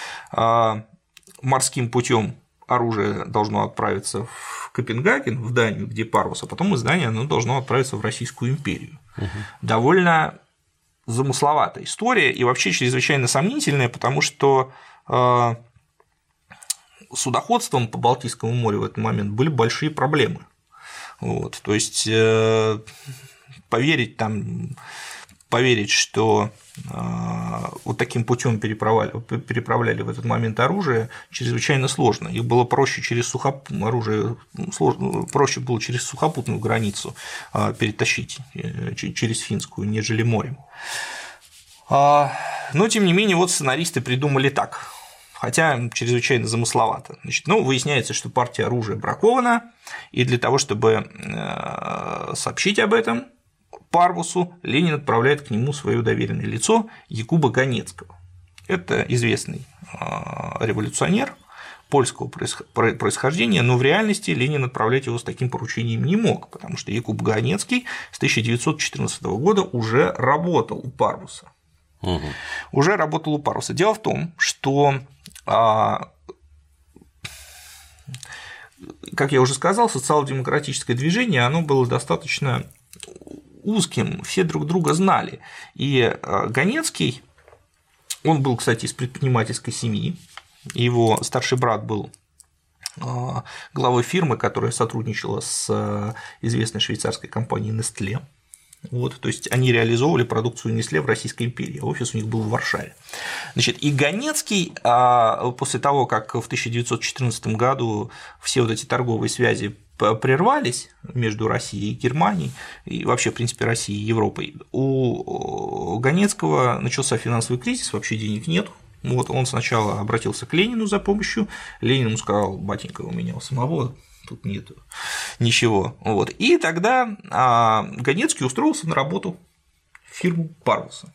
морским путем оружие должно отправиться в Копенгаген, в Данию, где Парвус, а потом из Дании оно должно отправиться в Российскую империю. Угу. Довольно замысловатая история и вообще чрезвычайно сомнительная, потому что э, судоходством по Балтийскому морю в этот момент были большие проблемы. Вот, то есть э, поверить там, поверить, что э, вот таким путем переправляли, переправляли в этот момент оружие, чрезвычайно сложно. Их было проще через сухоп... оружие сложно, проще было через сухопутную границу э, перетащить э, через Финскую, нежели морем. Но, тем не менее, вот сценаристы придумали так. хотя чрезвычайно замысловато. Значит, ну, выясняется, что партия оружия бракована, и для того, чтобы сообщить об этом Парвусу, Ленин отправляет к нему свое доверенное лицо Якуба Ганецкого. Это известный революционер польского происхождения, но в реальности Ленин отправлять его с таким поручением не мог, потому что Якуб Ганецкий с тысяча девятьсот четырнадцатого года уже работал у Парвуса. Угу. Уже работал у Парвуса. Дело в том, что, как я уже сказал, социал-демократическое движение, оно было достаточно узким, все друг друга знали. И Ганецкий, он был, кстати, из предпринимательской семьи, его старший брат был главой фирмы, которая сотрудничала с известной швейцарской компанией Nestlé. Вот, то есть они реализовывали продукцию Nestlé в Российской империи, офис у них был в Варшаве. Значит, и Ганецкий после того, как в тысяча девятьсот четырнадцатом году все вот эти торговые связи прервались между Россией и Германией, и вообще, в принципе, Россией и Европой, у Ганецкого начался финансовый кризис, вообще денег нет. Вот он сначала обратился к Ленину за помощью, Ленин ему сказал: батенька, у меня у самого тут нету ничего. Вот. И тогда Ганецкий устроился на работу в фирму Парвуса.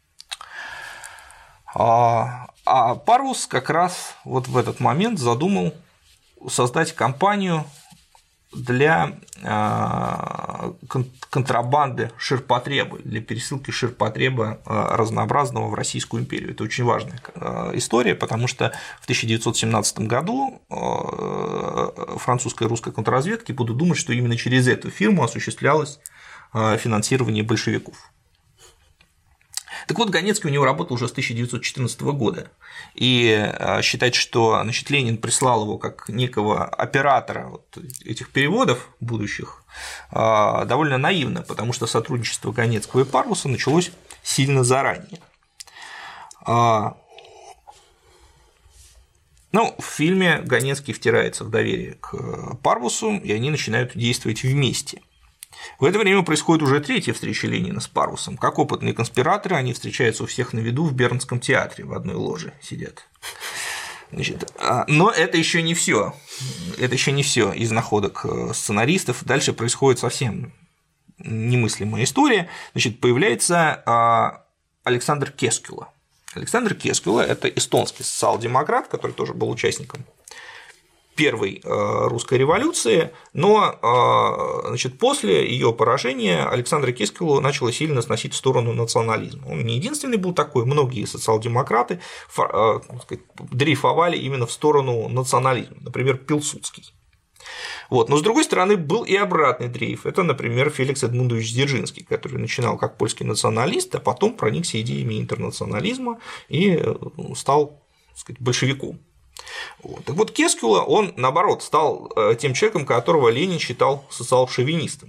А Парвус как раз вот в этот момент задумал создать компанию для контрабанды ширпотреба, для пересылки ширпотреба разнообразного в Российскую империю. Это очень важная история, потому что в тысяча девятьсот семнадцатом году французская и русская контрразведки будут думать, что именно через эту фирму осуществлялось финансирование большевиков. Так вот, Ганецкий у него работал уже с тысяча девятьсот четырнадцатого года, и считать, что, значит, Ленин прислал его как некого оператора вот этих переводов будущих, довольно наивно, потому что сотрудничество Ганецкого и Парвуса началось сильно заранее. Ну, в фильме Ганецкий втирается в доверие к Парвусу, и они начинают действовать вместе. В это время происходит уже третья встреча Ленина с Парвусом. Как опытные конспираторы, они встречаются у всех на виду в Бернском театре, в одной ложе сидят. Значит, но это еще не все. Это еще не все из находок сценаристов. Дальше происходит совсем немыслимая история. Значит, появляется Александр Кескюла. Александр Кескюла – это эстонский социал-демократ, который тоже был участником Первой русской революции, но, значит, после ее поражения Александра Кескюлу начало сильно сносить в сторону национализма. Он не единственный был такой, многие социал-демократы дрейфовали именно в сторону национализма, например, Пилсудский. Вот. Но, с другой стороны, был и обратный дрейф. Это, например, Феликс Эдмундович Дзержинский, который начинал как польский националист, а потом проникся идеями интернационализма и стал, так сказать, большевиком. Вот. Так вот, Кескюла, он, наоборот, стал тем человеком, которого Ленин считал социал-шовинистом.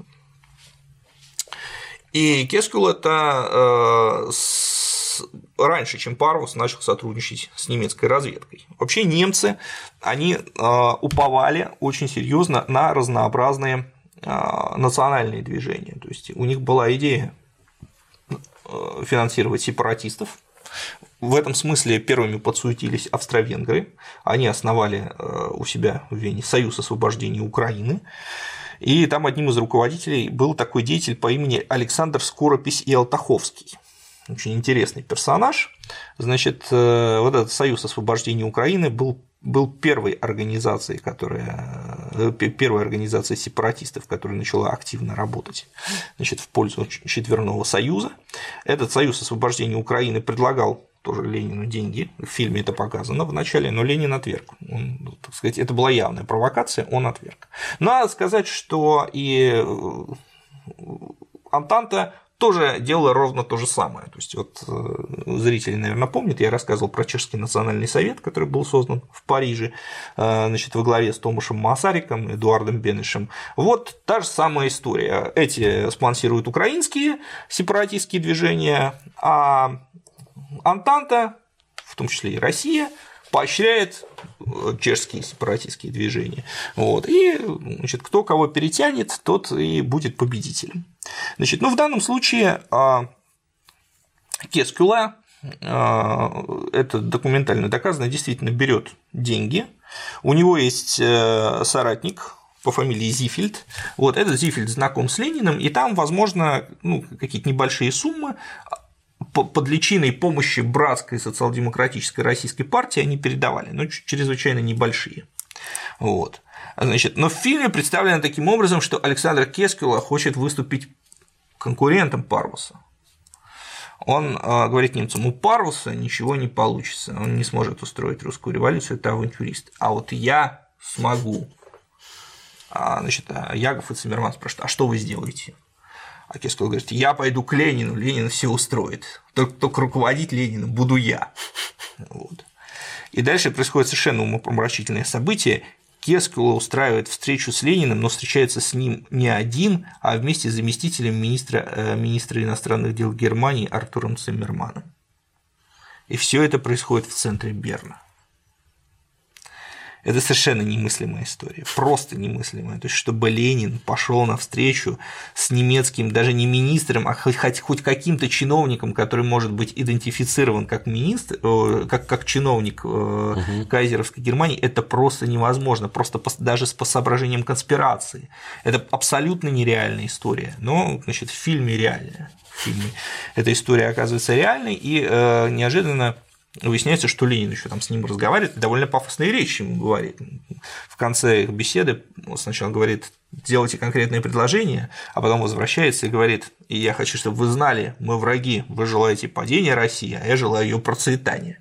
И Кескюла-то раньше, чем Парвус, начал сотрудничать с немецкой разведкой. Вообще немцы, они уповали очень серьезно на разнообразные национальные движения. То есть у них была идея финансировать сепаратистов. В этом смысле первыми подсуетились австро-венгры, они основали у себя в Вене Союз освобождения Украины, и там одним из руководителей был такой деятель по имени Александр Скоропись и Алтаховский. Очень интересный персонаж. Значит, вот этот Союз освобождения Украины был, был первой организацией, которая, первой организацией сепаратистов, которая начала активно работать, значит, в пользу Четверного Союза. Этот Союз освобождения Украины предлагал тоже Ленину деньги, в фильме это показано в начале, но Ленин отверг. Он, так сказать, это была явная провокация, он отверг. Надо сказать, что и Антанта тоже делала ровно то же самое. То есть, вот зрители, наверное, помнят, я рассказывал про Чешский национальный совет, который был создан в Париже, значит, во главе с Томашем Масариком, Эдуардом Бенешем. Вот та же самая история. Эти спонсируют украинские сепаратистские движения, а Антанта, в том числе и Россия, поощряет чешские сепаратистские движения. Вот. И, значит, кто кого перетянет, тот и будет победителем. Значит, ну, в данном случае Кескюла это документально доказано, действительно берет деньги. У него есть соратник по фамилии Зифельд. Вот этот Зифельд знаком с Лениным, и там, возможно, ну, какие-то небольшие суммы под личиной помощи братской социал-демократической российской партии они передавали, но чрезвычайно небольшие. Вот. Значит, но в фильме представлено таким образом, что Александр Кескула хочет выступить конкурентом Парвуса. Он э, говорит немцам: у Парвуса ничего не получится, он не сможет устроить русскую революцию, это авантюрист, а вот я смогу. А, значит, а Ягов и Циммерман спрашивают: а что вы сделаете? А Кескула говорит: я пойду к Ленину, Ленин все устроит, только, только руководить Лениным буду я. Вот. И дальше происходит совершенно умопомрачительное событие. Кескула устраивает встречу с Лениным, но встречается с ним не один, а вместе с заместителем министра, министра иностранных дел Германии Артуром Циммерманом. И все это происходит в центре Берна. Это совершенно немыслимая история, просто немыслимая. То есть, чтобы Ленин пошел на встречу с немецким, даже не министром, а хоть, хоть каким-то чиновником, который может быть идентифицирован как министр, как, как чиновник угу. кайзеровской Германии, это просто невозможно, просто по, даже по соображениям конспирации. Это абсолютно нереальная история, но, значит, в фильме реальная. В фильме эта история оказывается реальной, и э, неожиданно выясняется, что Ленин еще там с ним разговаривает, довольно пафосные речи ему говорит. В конце их беседы он сначала говорит: делайте конкретные предложения, а потом возвращается и говорит: и я хочу, чтобы вы знали, мы враги, вы желаете падения России, а я желаю ее процветания.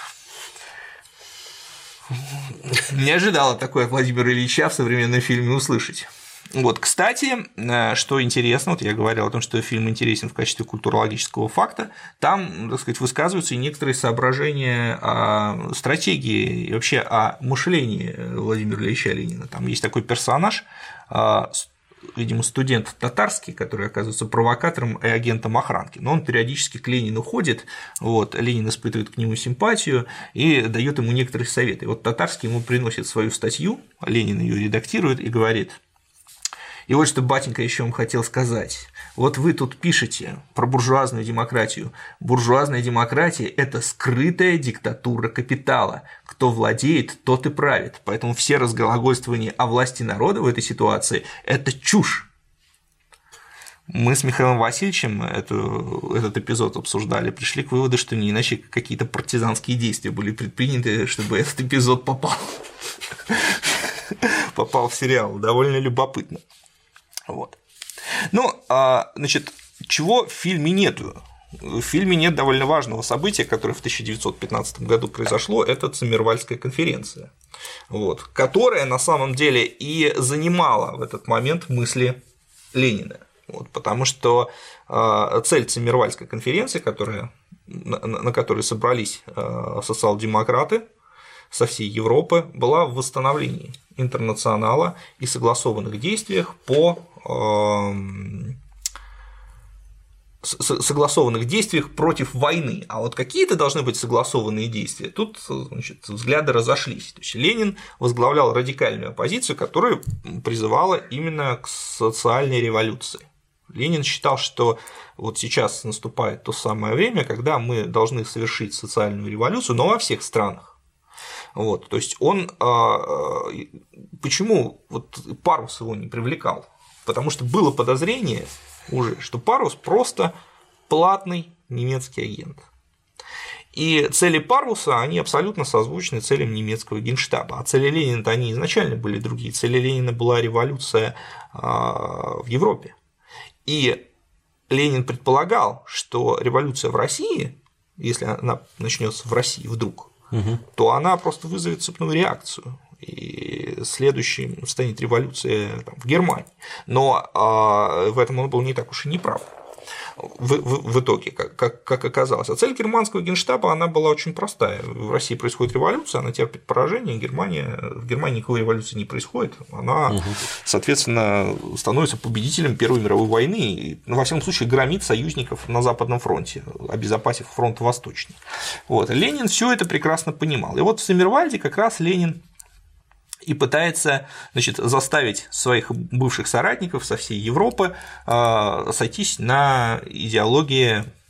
Не ожидала такое от Владимира Ильича в современном фильме услышать. Вот, кстати, что интересно, вот я говорил о том, что фильм интересен в качестве культурологического факта, там, так сказать, высказываются и некоторые соображения о стратегии и вообще о мышлении Владимира Ильича Ленина. Там есть такой персонаж, видимо, студент татарский, который оказывается провокатором и агентом охранки, но он периодически к Ленину ходит, вот, Ленин испытывает к нему симпатию и дает ему некоторые советы. И вот татарский ему приносит свою статью, Ленин ее редактирует и говорит: и вот что, батенька, еще вам хотел сказать. Вот вы тут пишете про буржуазную демократию. Буржуазная демократия – это скрытая диктатура капитала. Кто владеет, тот и правит. Поэтому все разглагольствования о власти народа в этой ситуации – это чушь. Мы с Михаилом Васильевичем эту, этот эпизод обсуждали, пришли к выводу, что не иначе какие-то партизанские действия были предприняты, чтобы этот эпизод попал, попал в сериал. Довольно любопытно. Вот. Ну, значит, чего в фильме нету? В фильме нет довольно важного события, которое в тысяча девятьсот пятнадцатом году произошло, это Циммервальская конференция, вот, которая на самом деле и занимала в этот момент мысли Ленина, вот, потому что цель Циммервальской конференции, которая, на которой собрались социал-демократы со всей Европы, была в восстановлении интернационала и согласованных действиях по согласованных действиях против войны. А вот какие-то должны быть согласованные действия. Тут, значит, взгляды разошлись. То есть Ленин возглавлял радикальную оппозицию, которая призывала именно к социальной революции. Ленин считал, что вот сейчас наступает то самое время, когда мы должны совершить социальную революцию, но во всех странах. Вот, то есть он почему вот Парвус его не привлекал? Потому что было подозрение уже, что Парвус просто платный немецкий агент. И цели Парвуса, они абсолютно созвучны целям немецкого генштаба. А цели Ленина-то они изначально были другие. Цели Ленина была революция в Европе. И Ленин предполагал, что революция в России, если она начнется в России вдруг, угу. то она просто вызовет цепную реакцию. И следующей станет революция там, в Германии. Но а, в этом он был не так уж и не прав в, в, в итоге, как, как, как оказалось. А цель германского генштаба она была очень простая. В России происходит революция, она терпит поражение, Германия, в Германии никакой революции не происходит, она, угу. соответственно, становится победителем Первой мировой войны и, ну, во всяком случае, громит союзников на Западном фронте, обезопасив фронт восточный. Вот. Ленин все это прекрасно понимал. И вот в Циммервальде как раз Ленин и пытается, значит, заставить своих бывших соратников со всей Европы сойтись на идеологии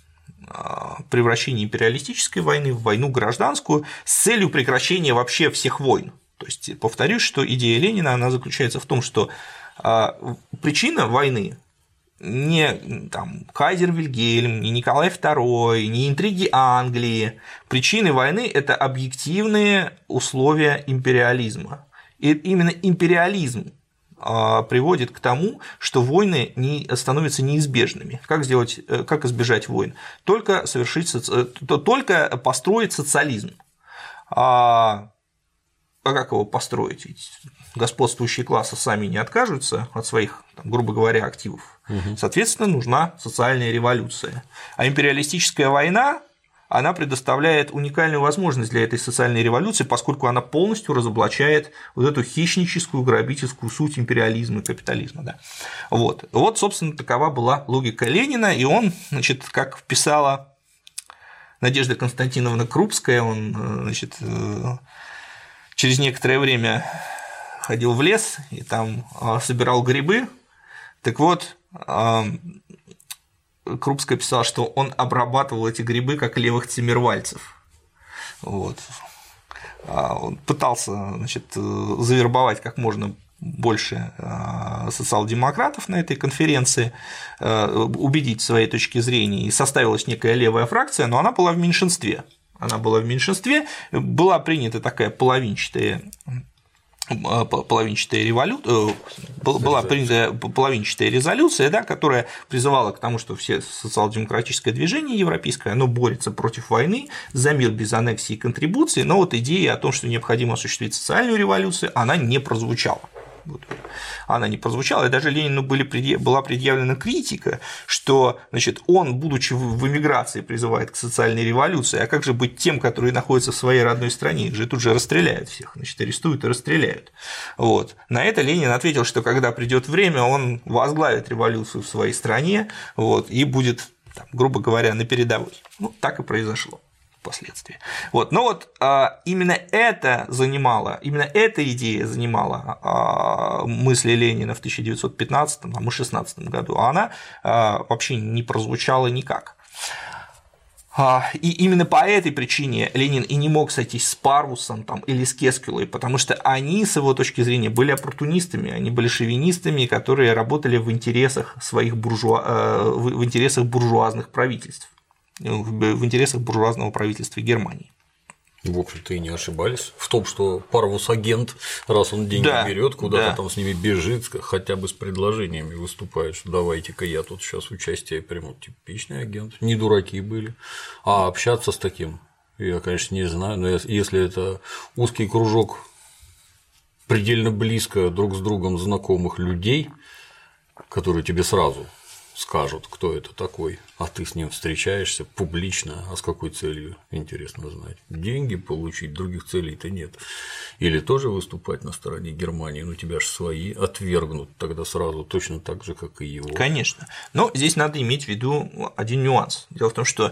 превращение империалистической войны в войну гражданскую с целью прекращения вообще всех войн. То есть, повторюсь, что идея Ленина, она заключается в том, что причина войны не там, кайзер Вильгельм, не Николай второй, не интриги Англии. Причины войны – это объективные условия империализма. И именно империализм приводит к тому, что войны не становятся неизбежными. Как сделать, как избежать войн? Только совершить, только построить социализм. А как его построить? Ведь господствующие классы сами не откажутся от своих, там, грубо говоря, активов. Угу. Соответственно, нужна социальная революция. А империалистическая война, она предоставляет уникальную возможность для этой социальной революции, поскольку она полностью разоблачает вот эту хищническую, грабительскую суть империализма и капитализма. Да. Вот. вот, собственно, такова была логика Ленина, и он, значит, как писала Надежда Константиновна Крупская, он, значит, через некоторое время ходил в лес и там собирал грибы. Так вот, Крупская писала, что он обрабатывал эти грибы как левых циммервальцев. Вот. Он пытался, значит, завербовать как можно больше социал-демократов на этой конференции, убедить в своей точке зрения, и составилась некая левая фракция, но она была в меньшинстве. Она была в меньшинстве, была принята такая половинчатая половинчатая революция, была принята половинчатая резолюция, да, которая призывала к тому, что все социал-демократическое движение европейское, оно борется против войны за мир без аннексии и контрибуции, но вот идея о том, что необходимо осуществить социальную революцию, она не прозвучала. Вот. Она не прозвучала, и даже Ленину были предъяв... была предъявлена критика, что, значит, он, будучи в эмиграции, призывает к социальной революции, а как же быть тем, которые находятся в своей родной стране, их же тут же расстреляют всех, значит, арестуют и расстреляют. Вот. На это Ленин ответил, что когда придет время, он возглавит революцию в своей стране, вот, и будет, там, грубо говоря, на передовой. Ну, так и произошло. Впоследствии. Вот. Но вот а, именно это занимало, именно эта идея занимала а, мысли Ленина в тысяча девятьсот пятнадцатом и тысяча девятьсот шестнадцатом году, а она а, вообще не прозвучала никак. А, и именно по этой причине Ленин и не мог сойтись с Парвусом там, или с Кескюлой, потому что они, с его точки зрения, были оппортунистами, они были шовинистами, которые работали в интересах своих буржуа... в интересах буржуазных правительств. В интересах буржуазного правительства Германии. В общем-то, и не ошибались в том, что Парвус агент, раз он деньги да, берет, куда-то да. там с ними бежит, хотя бы с предложениями выступает, что давайте-ка я тут сейчас участие приму. Типичный агент, не дураки были. А общаться с таким, я, конечно, не знаю, но если это узкий кружок предельно близко друг с другом знакомых людей, которые тебе сразу скажут, кто это такой, а ты с ним встречаешься публично, а с какой целью, интересно знать. Деньги получить, других целей-то нет. Или тоже выступать на стороне Германии, но тебя же свои отвергнут тогда сразу, точно так же, как и его. Конечно. Но здесь надо иметь в виду один нюанс. Дело в том, что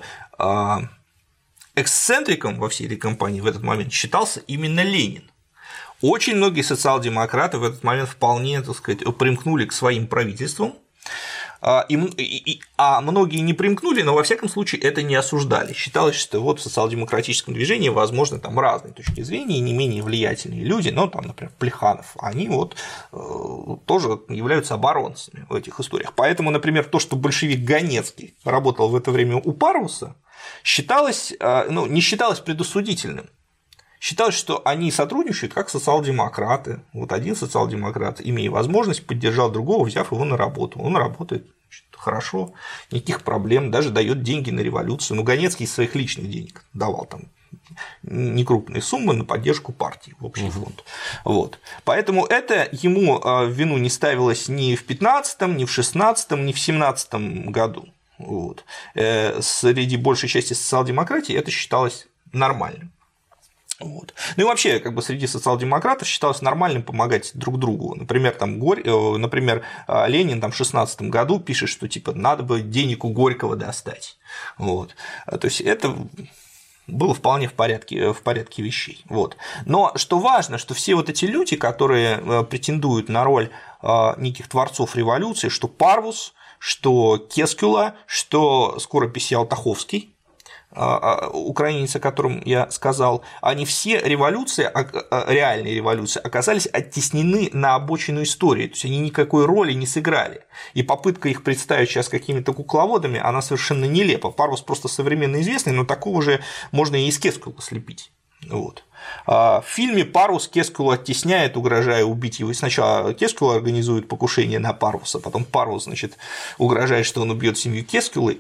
эксцентриком во всей этой кампании в этот момент считался именно Ленин. Очень многие социал-демократы в этот момент вполне, так сказать, примкнули к своим правительствам. И, и, а многие не примкнули, но во всяком случае это не осуждали. Считалось, что вот в социал-демократическом движении возможны там разные точки зрения, не менее влиятельные люди, ну, там, например, Плеханов, они вот э, тоже являются оборонцами в этих историях. Поэтому, например, то, что большевик Ганецкий работал в это время у Парвуса, считалось, э, ну, не считалось предосудительным. Считалось, что они сотрудничают как социал-демократы. Вот один социал-демократ, имея возможность, поддержал другого, взяв его на работу. Он работает хорошо, никаких проблем, даже дает деньги на революцию. Но Ганецкий из своих личных денег давал там некрупные суммы на поддержку партии в общий фонд. Вот. Поэтому это ему в вину не ставилось ни в пятнадцатом, ни в шестнадцатом, ни в семнадцатом году. Вот. Среди большей части социал-демократии это считалось нормальным. Вот. Ну и вообще, как бы среди социал-демократов считалось нормальным помогать друг другу. Например, там, Горь... Например, Ленин там, в шестнадцатом году пишет, что типа надо бы денег у Горького достать. Вот. То есть это было вполне в порядке, в порядке вещей. Вот. Но что важно, что все вот эти люди, которые претендуют на роль неких творцов революции, что Парвус, что Кескула, что скоропись Ялтаховский, украинец, о котором я сказал, они все революции, реальные революции, оказались оттеснены на обочину истории, то есть они никакой роли не сыграли. И попытка их представить сейчас какими-то кукловодами, она совершенно нелепа. Парвус просто современно известный, но такого же можно и из Кескула слепить. Вот. В фильме Парвус Кескулу оттесняет, угрожая убить его. И сначала Кескула организует покушение на Парвуса, потом Парвус, значит, угрожает, что он убьет семью Кескулы.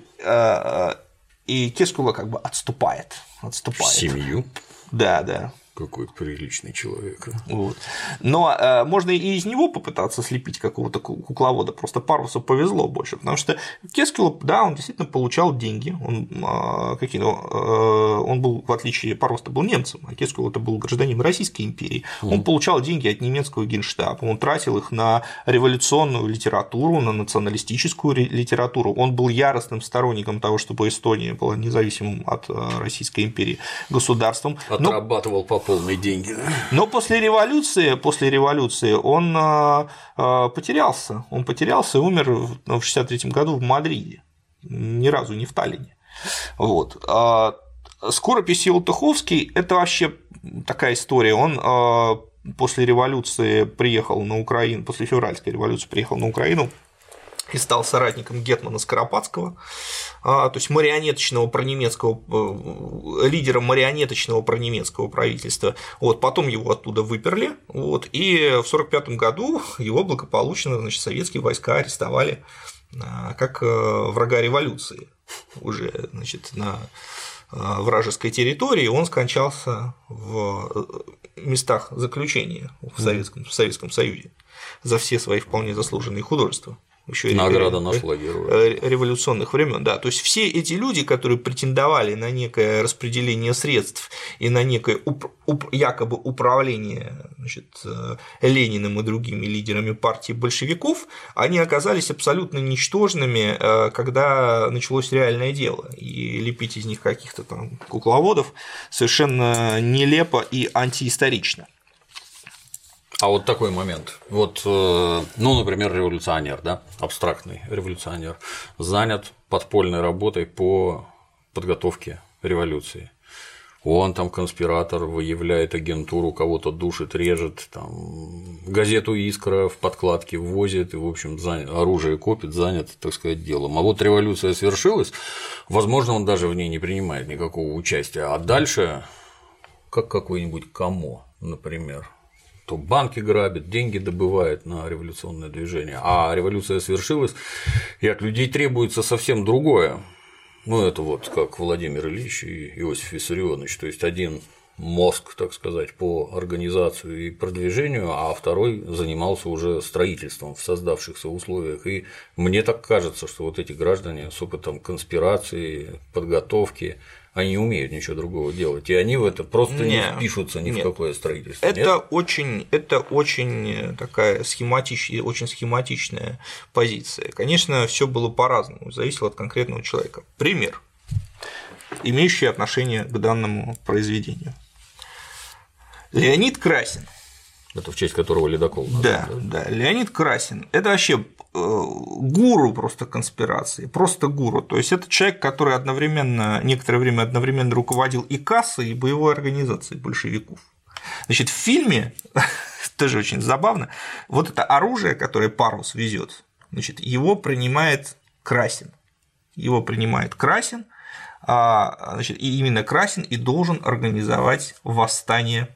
И Кескула как бы отступает. отступает. Семью? Да, да. Какой приличный человек. Вот. Но э, можно и из него попытаться слепить какого-то кукловода, просто Парвусу повезло больше, потому что Кескула, да, он действительно получал деньги, он, э, какие, ну, э, он был, в отличие, Парвус-то был немцем, а Кескула-то был гражданином Российской империи, mm. он получал деньги от немецкого генштаба, он тратил их на революционную литературу, на националистическую литературу, он был яростным сторонником того, чтобы Эстония была независимым от Российской империи государством. Отрабатывал по полные деньги. Но после революции, после революции он э, э, потерялся. Он потерялся и умер в шестьдесят третьем году в Мадриде. Ни разу не в Таллине. Вот. Скоропись Ялтаховский – это вообще такая история. Он э, после революции приехал на Украину, после февральской революции приехал на Украину и стал соратником гетмана Скоропадского, то есть марионеточного пронемецкого, лидером марионеточного пронемецкого правительства. Вот, потом его оттуда выперли, вот, и в сорок пятом году его благополучно, значит, советские войска арестовали как врага революции уже, значит, на вражеской территории. Он скончался в местах заключения в Советском, в Советском Союзе за все свои вполне заслуженные художества. Еще награда нашла героя. Революционных времен, да. То есть все эти люди, которые претендовали на некое распределение средств и на некое уп- уп- якобы управление, значит, Лениным и другими лидерами партии большевиков, они оказались абсолютно ничтожными, когда началось реальное дело. И лепить из них каких-то там кукловодов совершенно нелепо и антиисторично. А вот такой момент. Вот, ну, например, революционер, да, абстрактный революционер, занят подпольной работой по подготовке революции. Он там конспиратор, выявляет агентуру, кого-то душит, режет, там, газету «Искра» в подкладке ввозит и, в общем, занят, оружие копит, занят, так сказать, делом. А вот революция свершилась, возможно, он даже в ней не принимает никакого участия. А дальше, как какой-нибудь Камо, например, то банки грабят, деньги добывает на революционное движение, а революция свершилась, и от людей требуется совсем другое. Ну, это вот как Владимир Ильич и Иосиф Виссарионович, то есть один мозг, так сказать, по организации и продвижению, а второй занимался уже строительством в создавшихся условиях. И мне так кажется, что вот эти граждане с опытом конспирации, подготовки, они не умеют ничего другого делать, и они в это просто не, не впишутся ни нет. в какое строительство. Это нет? очень, это очень такая схематичная, очень схематичная позиция. Конечно, все было по-разному, зависело от конкретного человека. Пример, имеющий отношение к данному произведению. Леонид Красин. Это в честь которого ледокол. Да, да, да, Леонид Красин – это вообще гуру просто конспирации, просто гуру. То есть это человек, который одновременно, некоторое время одновременно руководил и кассой, и боевой организацией большевиков. Значит, в фильме тоже очень забавно. Вот это оружие, которое Парвус везет, значит, его принимает Красин. Его принимает Красин, значит, и именно Красин и должен организовать восстание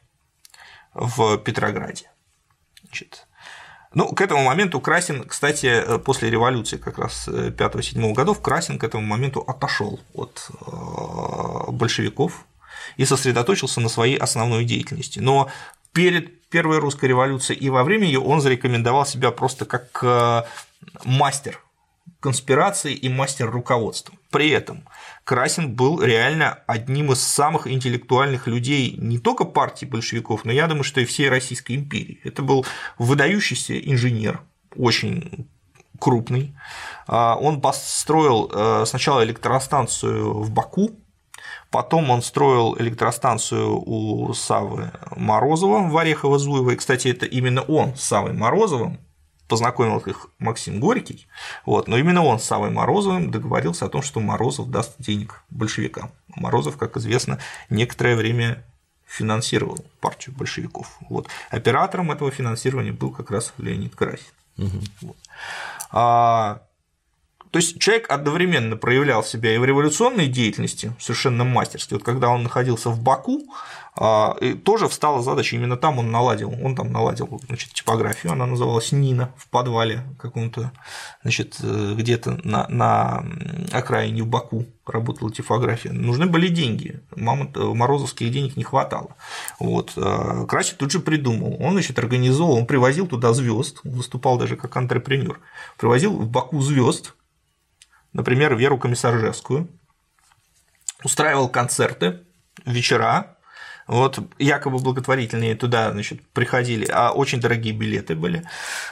в Петрограде. Значит, ну, к этому моменту Красин, кстати, после революции как раз пятого-седьмого годов, Красин к этому моменту отошел от большевиков и сосредоточился на своей основной деятельности. Но перед Первой русской революцией и во время ее он зарекомендовал себя просто как мастер конспирации и мастер руководства. При этом Красин был реально одним из самых интеллектуальных людей не только партии большевиков, но я думаю, что и всей Российской империи. Это был выдающийся инженер, очень крупный. Он построил сначала электростанцию в Баку, потом он строил электростанцию у Саввы Морозова в Орехово-Зуево. И, кстати, это именно он с Саввой Морозовым познакомил их Максим Горький, вот, но именно он с Саввой Морозовым договорился о том, что Морозов даст денег большевикам. Морозов, как известно, некоторое время финансировал партию большевиков. Вот. Оператором этого финансирования был как раз Леонид Красин. Угу. Вот. А, то есть человек одновременно проявлял себя и в революционной деятельности совершенно мастерски. Вот когда он находился в Баку, тоже встала задача, именно там он наладил, он там наладил, значит, типографию, она называлась Нина, в подвале каком-то, значит, где-то на, на окраине в Баку работала типография. Нужны были деньги, Мамонт, морозовских денег не хватало. Вот. Красин тут же придумал, он, значит, организовал, он привозил туда звезд, выступал даже как антрепренер, привозил в Баку звезд, например, Веру Комиссаржевскую, устраивал концерты, вечера. Вот, якобы благотворительные туда, значит, приходили, а очень дорогие билеты были.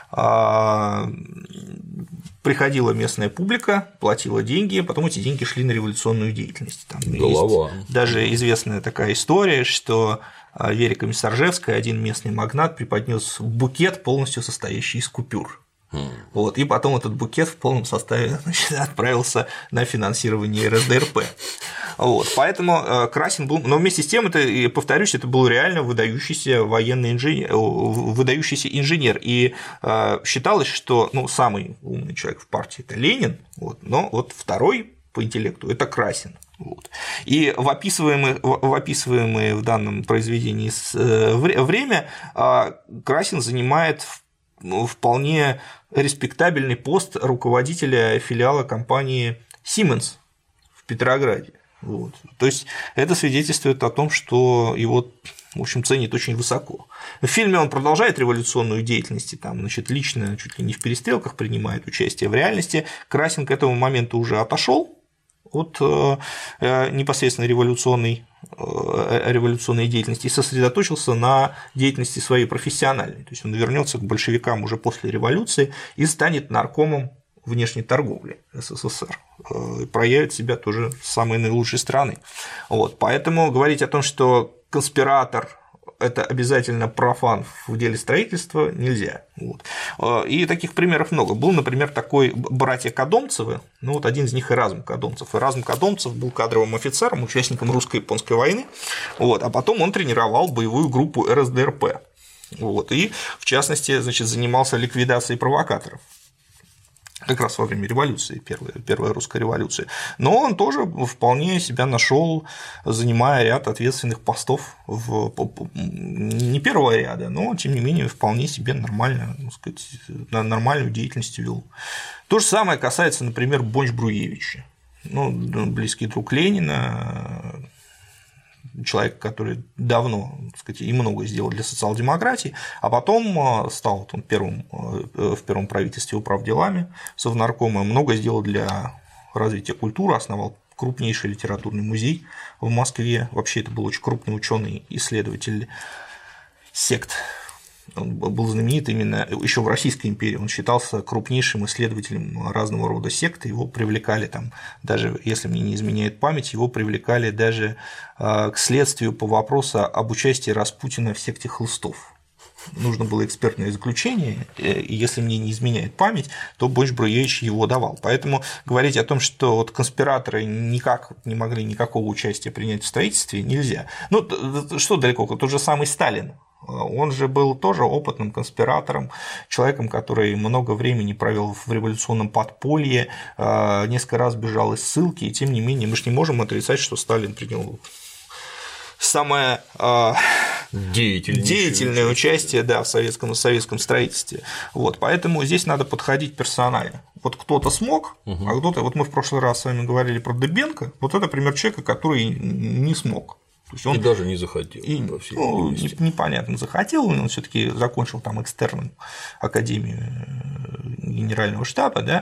Приходила местная публика, платила деньги, потом эти деньги шли на революционную деятельность. Там Голова. Есть даже известная такая история, что Вере Комиссаржевской один местный магнат преподнес букет, полностью состоящий из купюр. Вот, и потом этот букет в полном составе, значит, отправился на финансирование эр эс дэ эр пэ. Вот, поэтому Красин был, но вместе с тем, это, и повторюсь, это был реально выдающийся военный инженер, выдающийся инженер, и считалось, что, ну, самый умный человек в партии – это Ленин, вот, но вот второй по интеллекту – это Красин. Вот. И в описываемое, в описываемое в данном произведении время Красин занимает вполне респектабельный пост руководителя филиала компании Siemens в Петрограде. Вот. То есть это свидетельствует о том, что его, в общем, ценят очень высоко. В фильме он продолжает революционную деятельность, там, значит, лично чуть ли не в перестрелках принимает участие. В реальности Красин к этому моменту уже отошел от непосредственно революционной, революционной деятельности и сосредоточился на деятельности своей профессиональной. То есть он вернется к большевикам уже после революции и станет наркомом внешней торговли эс эс эс эр, и проявит себя тоже с самой наилучшей стороны. Вот. Поэтому говорить о том, что конспиратор – это обязательно профан в деле строительства, нельзя. Вот. И таких примеров много. Был, например, такой братья Кадомцевы, ну вот один из них Эразм Кадомцев. Эразм Кадомцев был кадровым офицером, участником русско-японской войны, вот, а потом он тренировал боевую группу эр эс дэ эр пэ. Вот, и, в частности, значит, занимался ликвидацией провокаторов. Как раз во время революции, первой, первой русской революции. Но он тоже вполне себя нашел, занимая ряд ответственных постов в, не первого ряда, но тем не менее вполне себе нормально, так сказать, нормальную деятельность вел. То же самое касается, например, Бонч-Бруевича, ну, близкий друг Ленина, человек, который давно, так сказать, и много сделал для социал-демократии, а потом стал он первым, в первом правительстве управделами совнаркома, много сделал для развития культуры, основал крупнейший литературный музей в Москве. Вообще это был очень крупный ученый, исследователь сект. Он был знаменит именно еще в Российской империи, он считался крупнейшим исследователем разного рода сект, его привлекали там, даже если мне не изменяет память, его привлекали даже к следствию по вопросу об участии Распутина в секте хлыстов. Нужно было экспертное заключение, и если мне не изменяет память, то Бонч-Бруевич его давал. Поэтому говорить о том, что вот конспираторы никак не могли никакого участия принять в строительстве, нельзя. Ну, что далеко, тот же самый Сталин. Он же был тоже опытным конспиратором, человеком, который много времени провел в революционном подполье, несколько раз бежал из ссылки, и тем не менее мы же не можем отрицать, что Сталин принял самое деятельное участие, да, в советском, в советском строительстве. Вот, поэтому здесь надо подходить персонально. Вот кто-то смог, угу. а кто-то. Вот мы в прошлый раз с вами говорили про Дыбенко, вот это пример человека, который не смог. То есть он и даже не захотел. И, ну, непонятно, захотел, он все-таки закончил там экстерном академию генерального штаба, да,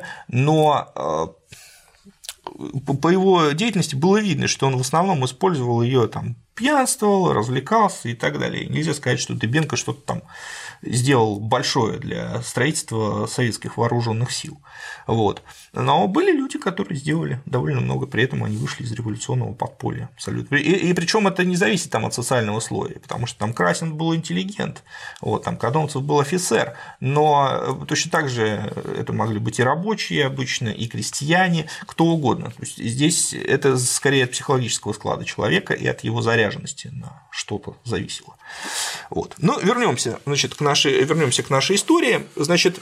но по его деятельности было видно, что он в основном использовал ее там пьянствовал, развлекался и так далее. Нельзя сказать, что Дыбенко что-то там сделал большое для строительства советских вооруженных сил. Вот. Но были люди, которые сделали довольно много, при этом они вышли из революционного подполья абсолютно. И, и причем это не зависит там от социального слоя, потому что там Красин был интеллигент, вот, там Кадонцев был офицер, но точно так же это могли быть и рабочие обычно, и крестьяне, кто угодно. То есть здесь это скорее от психологического склада человека и от его заряженности на что-то зависело. Вот. Но вернемся, значит, к нашей, вернемся к нашей истории. Значит,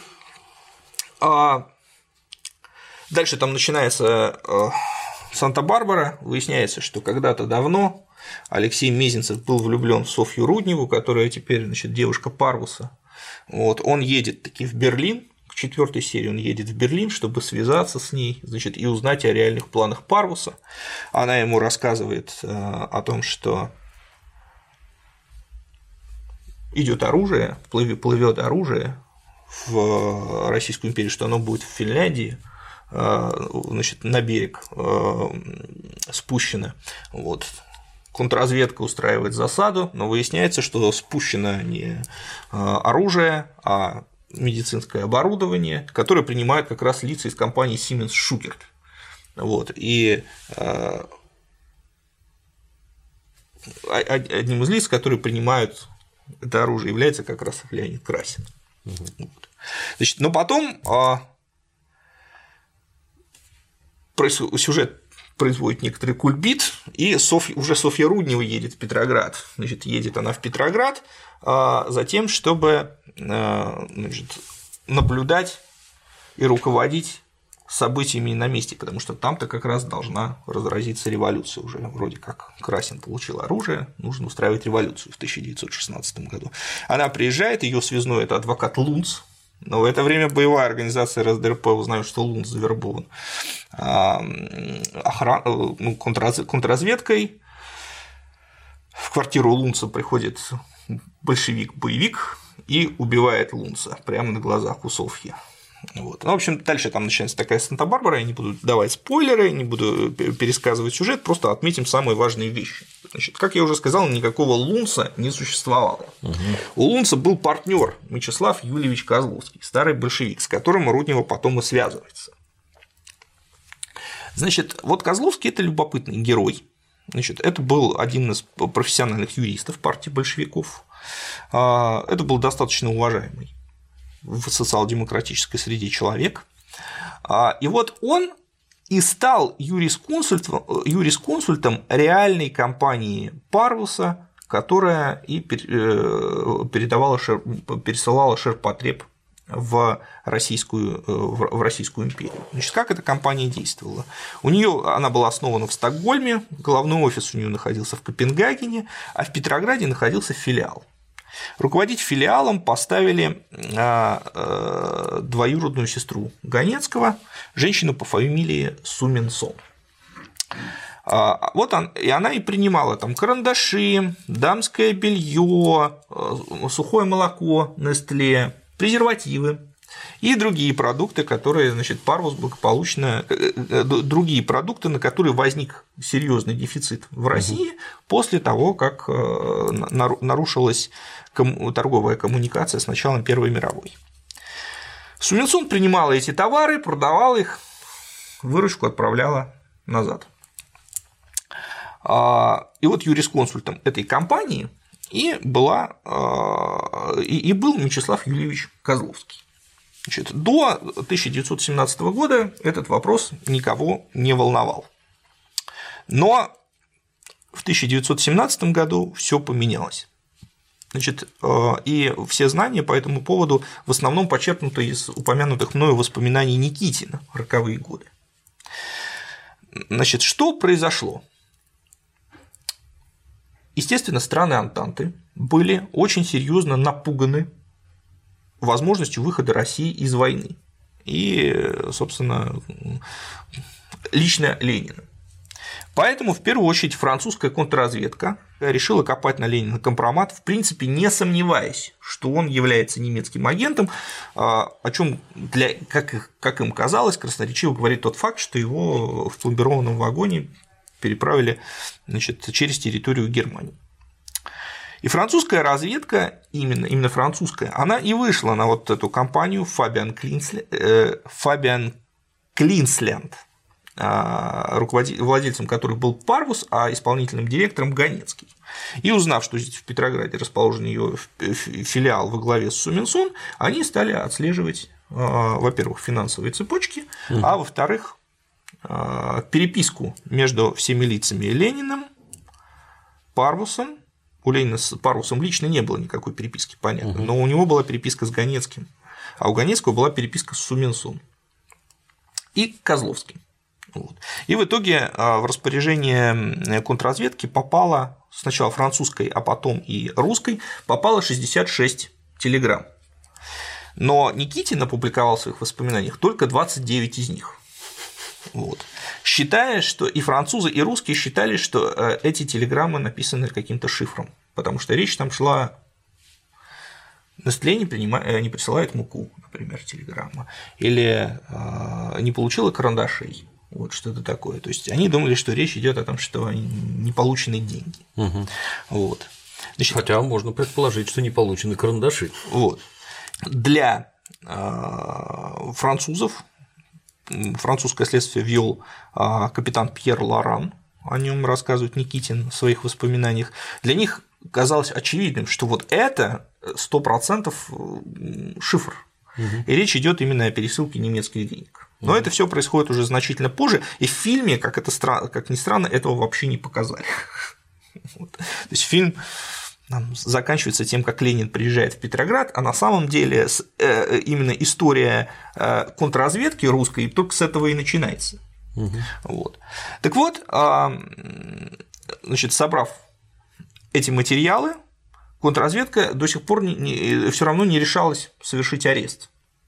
дальше там начинается Санта-Барбара, выясняется, что когда-то давно Алексей Мезенцев был влюблен в Софью Рудневу, которая теперь, значит, девушка Парвуса. Вот, он едет таки в Берлин, к четвертой серии он едет в Берлин, чтобы связаться с ней, значит, и узнать о реальных планах Парвуса. Она ему рассказывает о том, что идет оружие, плывет оружие в Российскую империю, что оно будет в Финляндии, значит, на берег спущено. Вот. Контрразведка устраивает засаду, но выясняется, что спущено не оружие, а медицинское оборудование, которое принимают как раз лица из компании Siemens Schuckert. Вот. И одним из лиц, которые принимают это оружие, является как раз Леонид Красин. Угу. Вот. Значит, но потом сюжет производит некоторый кульбит, и Софья, уже Софья Руднева едет в Петроград. Значит, едет она в Петроград за тем, чтобы, значит, наблюдать и руководить событиями на месте, потому что там-то как раз должна разразиться революция уже. Вроде как Красин получил оружие, нужно устраивать революцию в тысяча девятьсот шестнадцатом году. Она приезжает, ее связной – это адвокат Лунц, но в это время боевая организация РСДРП узнает, что Лунц завербован охран... ну, контрразведкой. В квартиру Лунца приходит большевик-боевик и убивает Лунца прямо на глазах у Софьи. Вот. Ну, в общем, дальше там начинается такая Санта-Барбара, я не буду давать спойлеры, не буду пересказывать сюжет, просто отметим самые важные вещи. Значит, как я уже сказал, никакого Лунца не существовало. Угу. У Лунца был партнер Мячеслав Юльевич Козловский, старый большевик, с которым Руднева потом и связывается. Значит, вот Козловский – это любопытный герой. Значит, это был один из профессиональных юристов партии большевиков. Это был достаточно уважаемый в социал-демократической среде человек. И вот он и стал юрисконсультом, юрисконсультом реальной компании Парвуса, которая и передавала, пересылала ширпотреб в Российскую, в Российскую империю. Значит, как эта компания действовала? У нее она была основана в Стокгольме, головной офис у нее находился в Копенгагене, а в Петрограде находился филиал. Руководить филиалом поставили двоюродную сестру Ганецкого, женщину по фамилии Суменсон. Вот он, и она и принимала там карандаши, дамское белье, сухое молоко Nestlé, презервативы и другие продукты, которые, значит, Парвус благополучно, другие продукты, на которые возник серьезный дефицит в России угу. после того, как нарушилась торговая коммуникация с началом Первой мировой. Суменсон принимала эти товары, продавала их, выручку отправляла назад. И вот юрисконсультом этой компании и, была, и был Мячеслав Юльевич Козловский. Значит, до тысяча девятьсот семнадцатого года этот вопрос никого не волновал. Но в тысяча девятьсот семнадцатом году все поменялось. Значит, и все знания по этому поводу в основном почерпнуты из упомянутых мною воспоминаний Никитина в роковые годы. Значит, что произошло? Естественно, страны Антанты были очень серьезно напуганы возможностью выхода России из войны. И, собственно, лично Ленина. Поэтому, в первую очередь, французская контрразведка решила копать на Ленина компромат, в принципе, не сомневаясь, что он является немецким агентом, о чем, для, как, как им казалось, красноречиво говорит тот факт, что его в пломбированном вагоне переправили, значит, через территорию Германии. И французская разведка, именно, именно французская, она и вышла на вот эту кампанию Фабиан Клинсленд, э, Фабиан Клинсленд, владельцем которых был Парвус, а исполнительным директором Ганецкий. И узнав, что здесь в Петрограде расположен ее филиал во главе с Суменсон, они стали отслеживать, во-первых, финансовые цепочки, угу. а во-вторых, переписку между всеми лицами: Лениным, Парвусом. У Ленина с Парвусом лично не было никакой переписки, понятно, угу. но у него была переписка с Ганецким, а у Ганецкого была переписка с Суменсон и Козловским. Вот. И в итоге в распоряжение контрразведки попало сначала французской, а потом и русской, попало шестьдесят шесть телеграмм. Но Никитин опубликовал в своих воспоминаниях только двадцать девять из них. Вот. Считая, что и французы, и русские считали, что эти телеграммы написаны каким-то шифром, потому что речь там шла. Nestlé не, принимает, не присылает муку, например, телеграмма, или э, не получила карандашей, вот что-то такое. То есть они думали, что речь идет о том, что не получены деньги. Угу. Вот. Значит, хотя можно предположить, что не получены карандаши. Вот. Для э, французов французское следствие вел э, капитан Пьер Лоран, о нем рассказывает Никитин в своих воспоминаниях. Для них казалось очевидным, что вот это сто процентов шифр, угу. и речь идет именно о пересылке немецких денег. Но угу. это все происходит уже значительно позже, и в фильме, как, это странно, как ни странно, этого вообще не показали. Вот. То есть фильм заканчивается тем, как Ленин приезжает в Петроград, а на самом деле именно история контрразведки русской только с этого и начинается. Угу. Вот. Так вот, значит, собрав эти материалы, контрразведка до сих пор не, не, все равно не решалась совершить арест.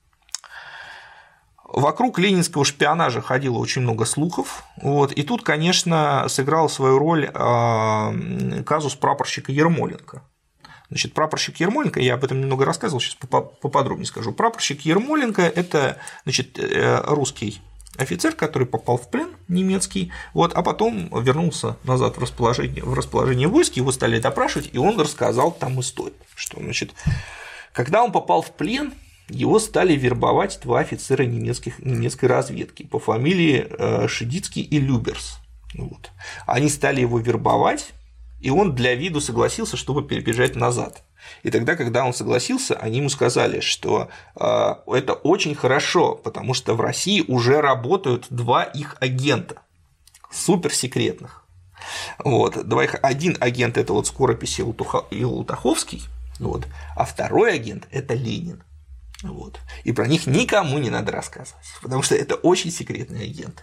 Вокруг ленинского шпионажа ходило очень много слухов, вот, и тут, конечно, сыграл свою роль э, казус прапорщика Ермоленко. Значит, прапорщик Ермоленко, я об этом немного рассказывал, сейчас поподробнее скажу. Прапорщик Ермоленко – это, значит, русский офицер, который попал в плен немецкий, вот, а потом вернулся назад в расположение, в расположение войск, его стали допрашивать, и он рассказал там историю, что, значит, когда он попал в плен, его стали вербовать два офицера немецких, немецкой разведки по фамилии Шедицкий и Люберс. Вот. Они стали его вербовать, и он для виду согласился, чтобы перебежать назад. И тогда, когда он согласился, они ему сказали, что э, это очень хорошо, потому что в России уже работают два их агента, суперсекретных. Вот. Два их, один агент – это вот Скоропись и Лутаховский, вот, а второй агент – это Ленин. Вот. И про них никому не надо рассказывать, потому что это очень секретные агенты.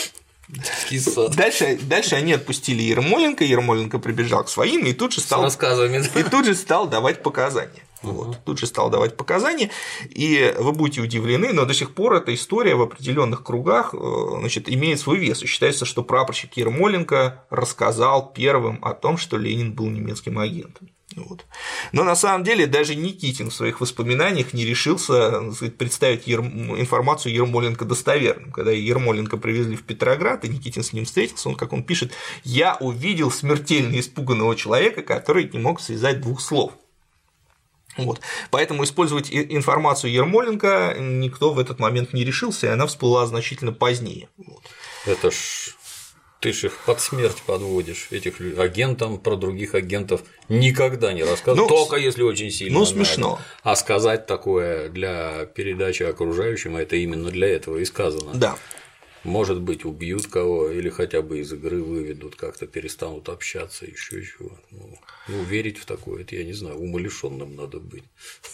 Дальше, дальше они отпустили Ермоленко, Ермоленко прибежал к своим и тут же стал, и тут же стал давать показания. Uh-huh. Вот, тут же стал давать показания, и вы будете удивлены, но до сих пор эта история в определенных кругах, значит, имеет свой вес. И считается, что прапорщик Ермоленко рассказал первым о том, что Ленин был немецким агентом. Вот. Но на самом деле даже Никитин в своих воспоминаниях не решился, так сказать, представить Ер... информацию Ермоленко достоверным. Когда Ермоленко привезли в Петроград, и Никитин с ним встретился, он, как он пишет, я увидел смертельно испуганного человека, который не мог связать двух слов. Вот. Поэтому использовать информацию Ермоленко никто в этот момент не решился, и она всплыла значительно позднее. Вот. Это ж ты ж их под смерть подводишь, этих агентам, про других агентов никогда не рассказывай, ну, только если очень сильно. Ну, смешно. Надо. А сказать такое для передачи окружающим, это именно для этого и сказано. Да. Может быть, убьют кого, или хотя бы из игры выведут, как-то перестанут общаться, еще чего. Ну, ну, верить в такое, это я не знаю, умалишенным надо быть.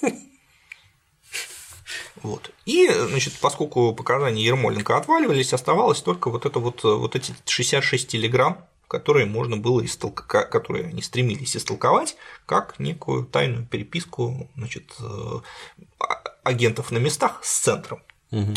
Вот. И, значит, поскольку показания Ермоленко отваливались, оставалось только вот, это вот, вот эти шестьдесят шесть телеграмм, которые можно было истолковать, которые они стремились истолковать как некую тайную переписку, значит, агентов на местах с центром. Угу.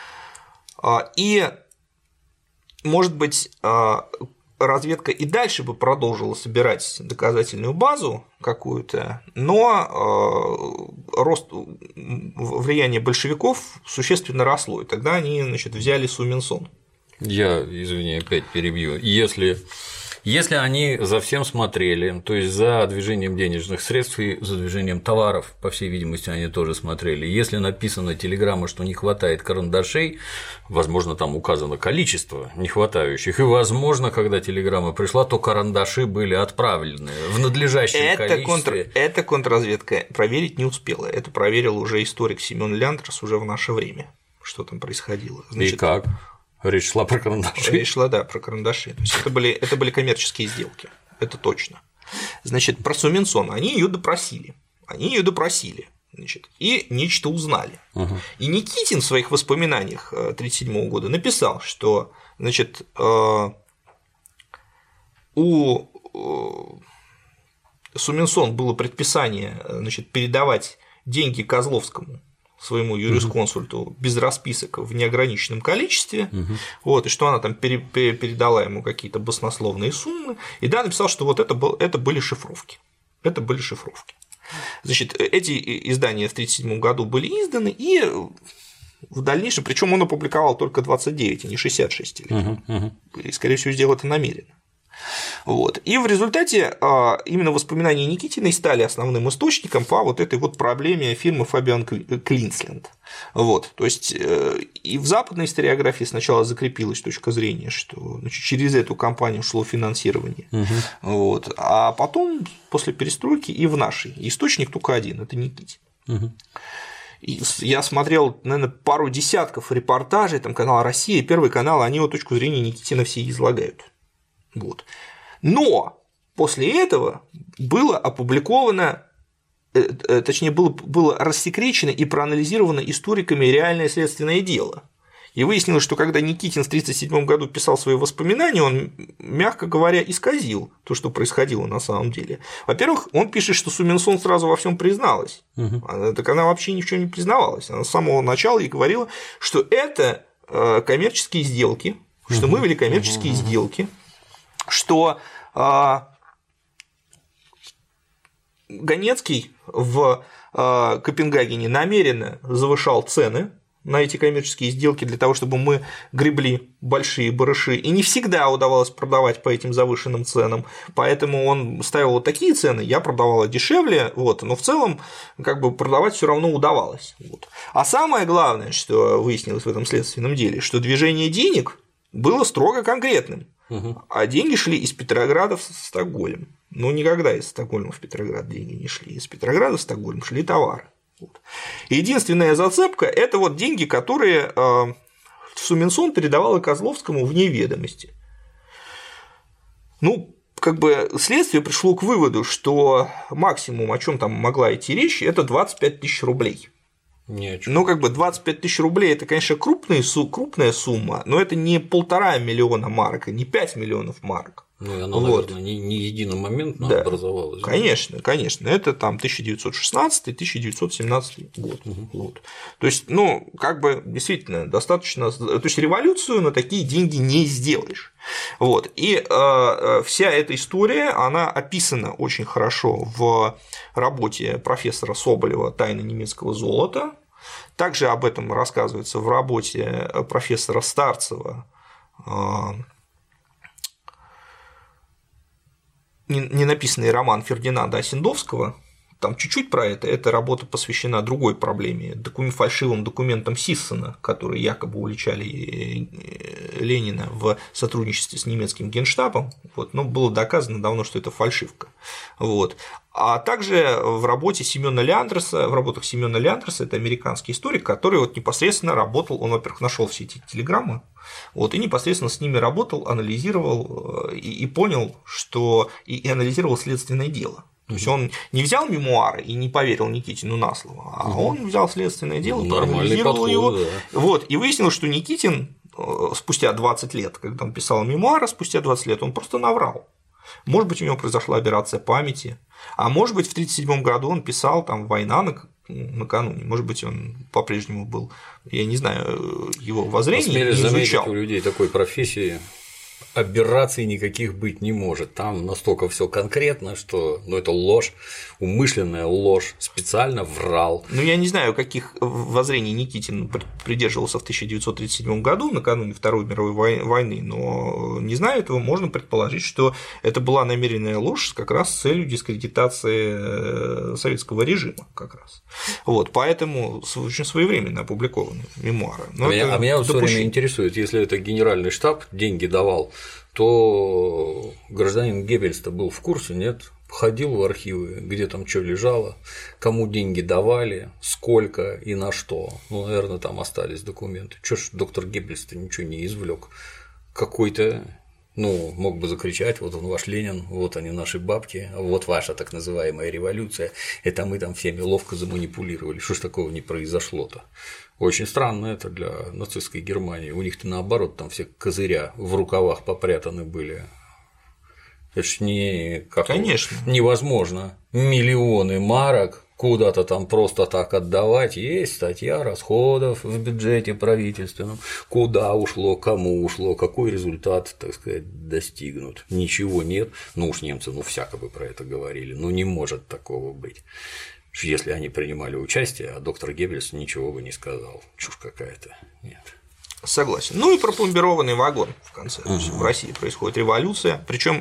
И, может быть, разведка и дальше бы продолжила собирать доказательную базу какую-то, но рост влияния большевиков существенно росло, и тогда они, значит, взяли Суменсон Я, извини, опять перебью. Если, если они за всем смотрели, то есть за движением денежных средств и за движением товаров, по всей видимости, они тоже смотрели. Если написано телеграмма, что не хватает карандашей, возможно, там указано количество не хватающих, и, возможно, когда телеграмма пришла, то карандаши были отправлены в надлежащем это количестве. Контр... Это контрразведка проверить не успела. Это проверил уже историк Семён Ляндрас уже в наше время, что там происходило. Значит, и как? Речь шла про карандаши. Речь шла, да, про карандаши. То есть это были, это были коммерческие сделки, это точно. Значит, про Суминсон они ее допросили. Они ее допросили. Значит, и нечто узнали. Uh-huh. И Никитин в своих воспоминаниях тысяча девятьсот тридцать седьмого года написал, что, значит, у Суминсон было предписание, значит, передавать деньги Козловскому, своему юрисконсульту, uh-huh. без расписок в неограниченном количестве, uh-huh. вот, и что она там пере- пере- передала ему какие-то баснословные суммы, и да, написал, что вот это, был, это были шифровки. Это были шифровки. Значит, эти издания в тысяча девятьсот тридцать седьмом году были изданы, и в дальнейшем, причем он опубликовал только двадцать девять, а не шестьдесят шесть лет. Uh-huh. Uh-huh. И, скорее всего, сделал это намеренно. Вот. И в результате именно воспоминания Никитиной стали основным источником по вот этой вот проблеме фирмы Фабиан Клинсленд. Вот. То есть и в западной историографии сначала закрепилась точка зрения, что, значит, через эту компанию шло финансирование, угу. вот. А потом, после перестройки, и в нашей источник только один – это Никитин. Угу. И я смотрел, наверное, пару десятков репортажей, там канал «Россия», Первый канал, они вот точку зрения Никитина все излагают. Вот. Но после этого было опубликовано, точнее, было, было рассекречено и проанализировано историками реальное следственное дело. И выяснилось, что когда Никитин в тысяча девятьсот тридцать седьмом году писал свои воспоминания, он, мягко говоря, исказил то, что происходило на самом деле. Во-первых, он пишет, что Суминсон сразу во всем призналась. Угу. Так она вообще ни в чем не признавалась. Она с самого начала и говорила, что это коммерческие сделки, что угу. мы вели коммерческие угу. сделки, что а, Ганецкий в а, Копенгагене намеренно завышал цены на эти коммерческие сделки для того, чтобы мы гребли большие барыши, и не всегда удавалось продавать по этим завышенным ценам, поэтому он ставил вот такие цены, я продавала дешевле, вот, но в целом как бы продавать все равно удавалось. Вот. А самое главное, что выяснилось в этом следственном деле, что движение денег было строго конкретным. Угу. А деньги шли из Петрограда в Стокгольм. Но никогда из Стокгольма в Петроград деньги не шли. Из Петрограда в Стокгольм шли товары. Вот. Единственная зацепка – это вот деньги, которые Суминсон передавала Козловскому вне ведомости. Ну, как бы следствие пришло к выводу, что максимум, о чем там могла идти речь, это двадцать пять тысяч рублей. Ну, как бы двадцать пять тысяч рублей – это, конечно, крупная, крупная сумма, но это не полтора миллиона марок, не пять миллионов марок. Ну, и она, вот. наверное, не, не единомоментно да. образовалась. Конечно, конечно, это там тысяча девятьсот шестнадцатый - тысяча девятьсот семнадцатый год. Угу. Вот. То есть, ну, как бы действительно достаточно. То есть, революцию на такие деньги не сделаешь. Вот. И э, вся эта история, она описана очень хорошо в работе профессора Соболева «Тайны немецкого золота». Также об этом рассказывается в работе профессора Старцева ненаписанный роман Фердинанда Осендовского, там чуть-чуть про это, эта работа посвящена другой проблеме, документ, фальшивым документам Сиссена, которые якобы уличали Ленина в сотрудничестве с немецким генштабом, вот, но было доказано давно, что это фальшивка. Вот. А также в работе Семёна Ляндраса, в работах Семёна Ляндраса, это американский историк, который вот непосредственно работал, он, во-первых, нашел все эти телеграммы, вот, и непосредственно с ними работал, анализировал и, и понял, что и, и анализировал следственное дело. То есть он не взял мемуары и не поверил Никитину на слово, а угу. он взял следственное дело, ну, проанализировал подход, его, да. вот, и выяснил, что Никитин спустя двадцать лет, когда он писал мемуары, спустя двадцать лет он просто наврал. Может быть, у него произошла операция памяти, а может быть, в тысяча девятьсот тридцать седьмом году он писал там «Война накануне», может быть, он по-прежнему был, я не знаю, его воззрение, не изучал. У людей такой профессии Аберраций никаких быть не может. Там настолько все конкретно, что ну, это ложь, умышленная ложь, специально врал. Ну, я не знаю, каких воззрений Никитин придерживался в тысяча девятьсот тридцать седьмом году, накануне Второй мировой войны, но не знаю этого, можно предположить, что это была намеренная ложь как раз с целью дискредитации советского режима как раз. Вот, поэтому очень своевременно опубликованы мемуары. А меня, а меня вот все время интересует, если это генеральный штаб деньги давал, то гражданин Геббельс-то был в курсе, нет? Ходил в архивы, где там что лежало, кому деньги давали, сколько и на что. Ну, наверное, там остались документы. Чё ж доктор Геббельс-то ничего не извлек? Какой-то, ну, мог бы закричать: вот он ваш Ленин, вот они наши бабки, вот ваша так называемая революция. Это мы там всеми ловко заманипулировали. Что ж такого не произошло-то? Очень странно это для нацистской Германии. У них-то наоборот там все козыря в рукавах попрятаны были. Это ж не как Конечно. Невозможно миллионы марок куда-то там просто так отдавать. Есть статья расходов в бюджете правительственном, куда ушло, кому ушло, какой результат, так сказать, достигнут. Ничего нет. Ну уж немцы, ну всяко бы про это говорили. Ну не может такого быть. Если они принимали участие, а доктор Геббельс ничего бы не сказал. Чушь какая-то. Нет. Согласен. Ну и пропломбированный вагон в конце. То есть в России происходит революция. Причем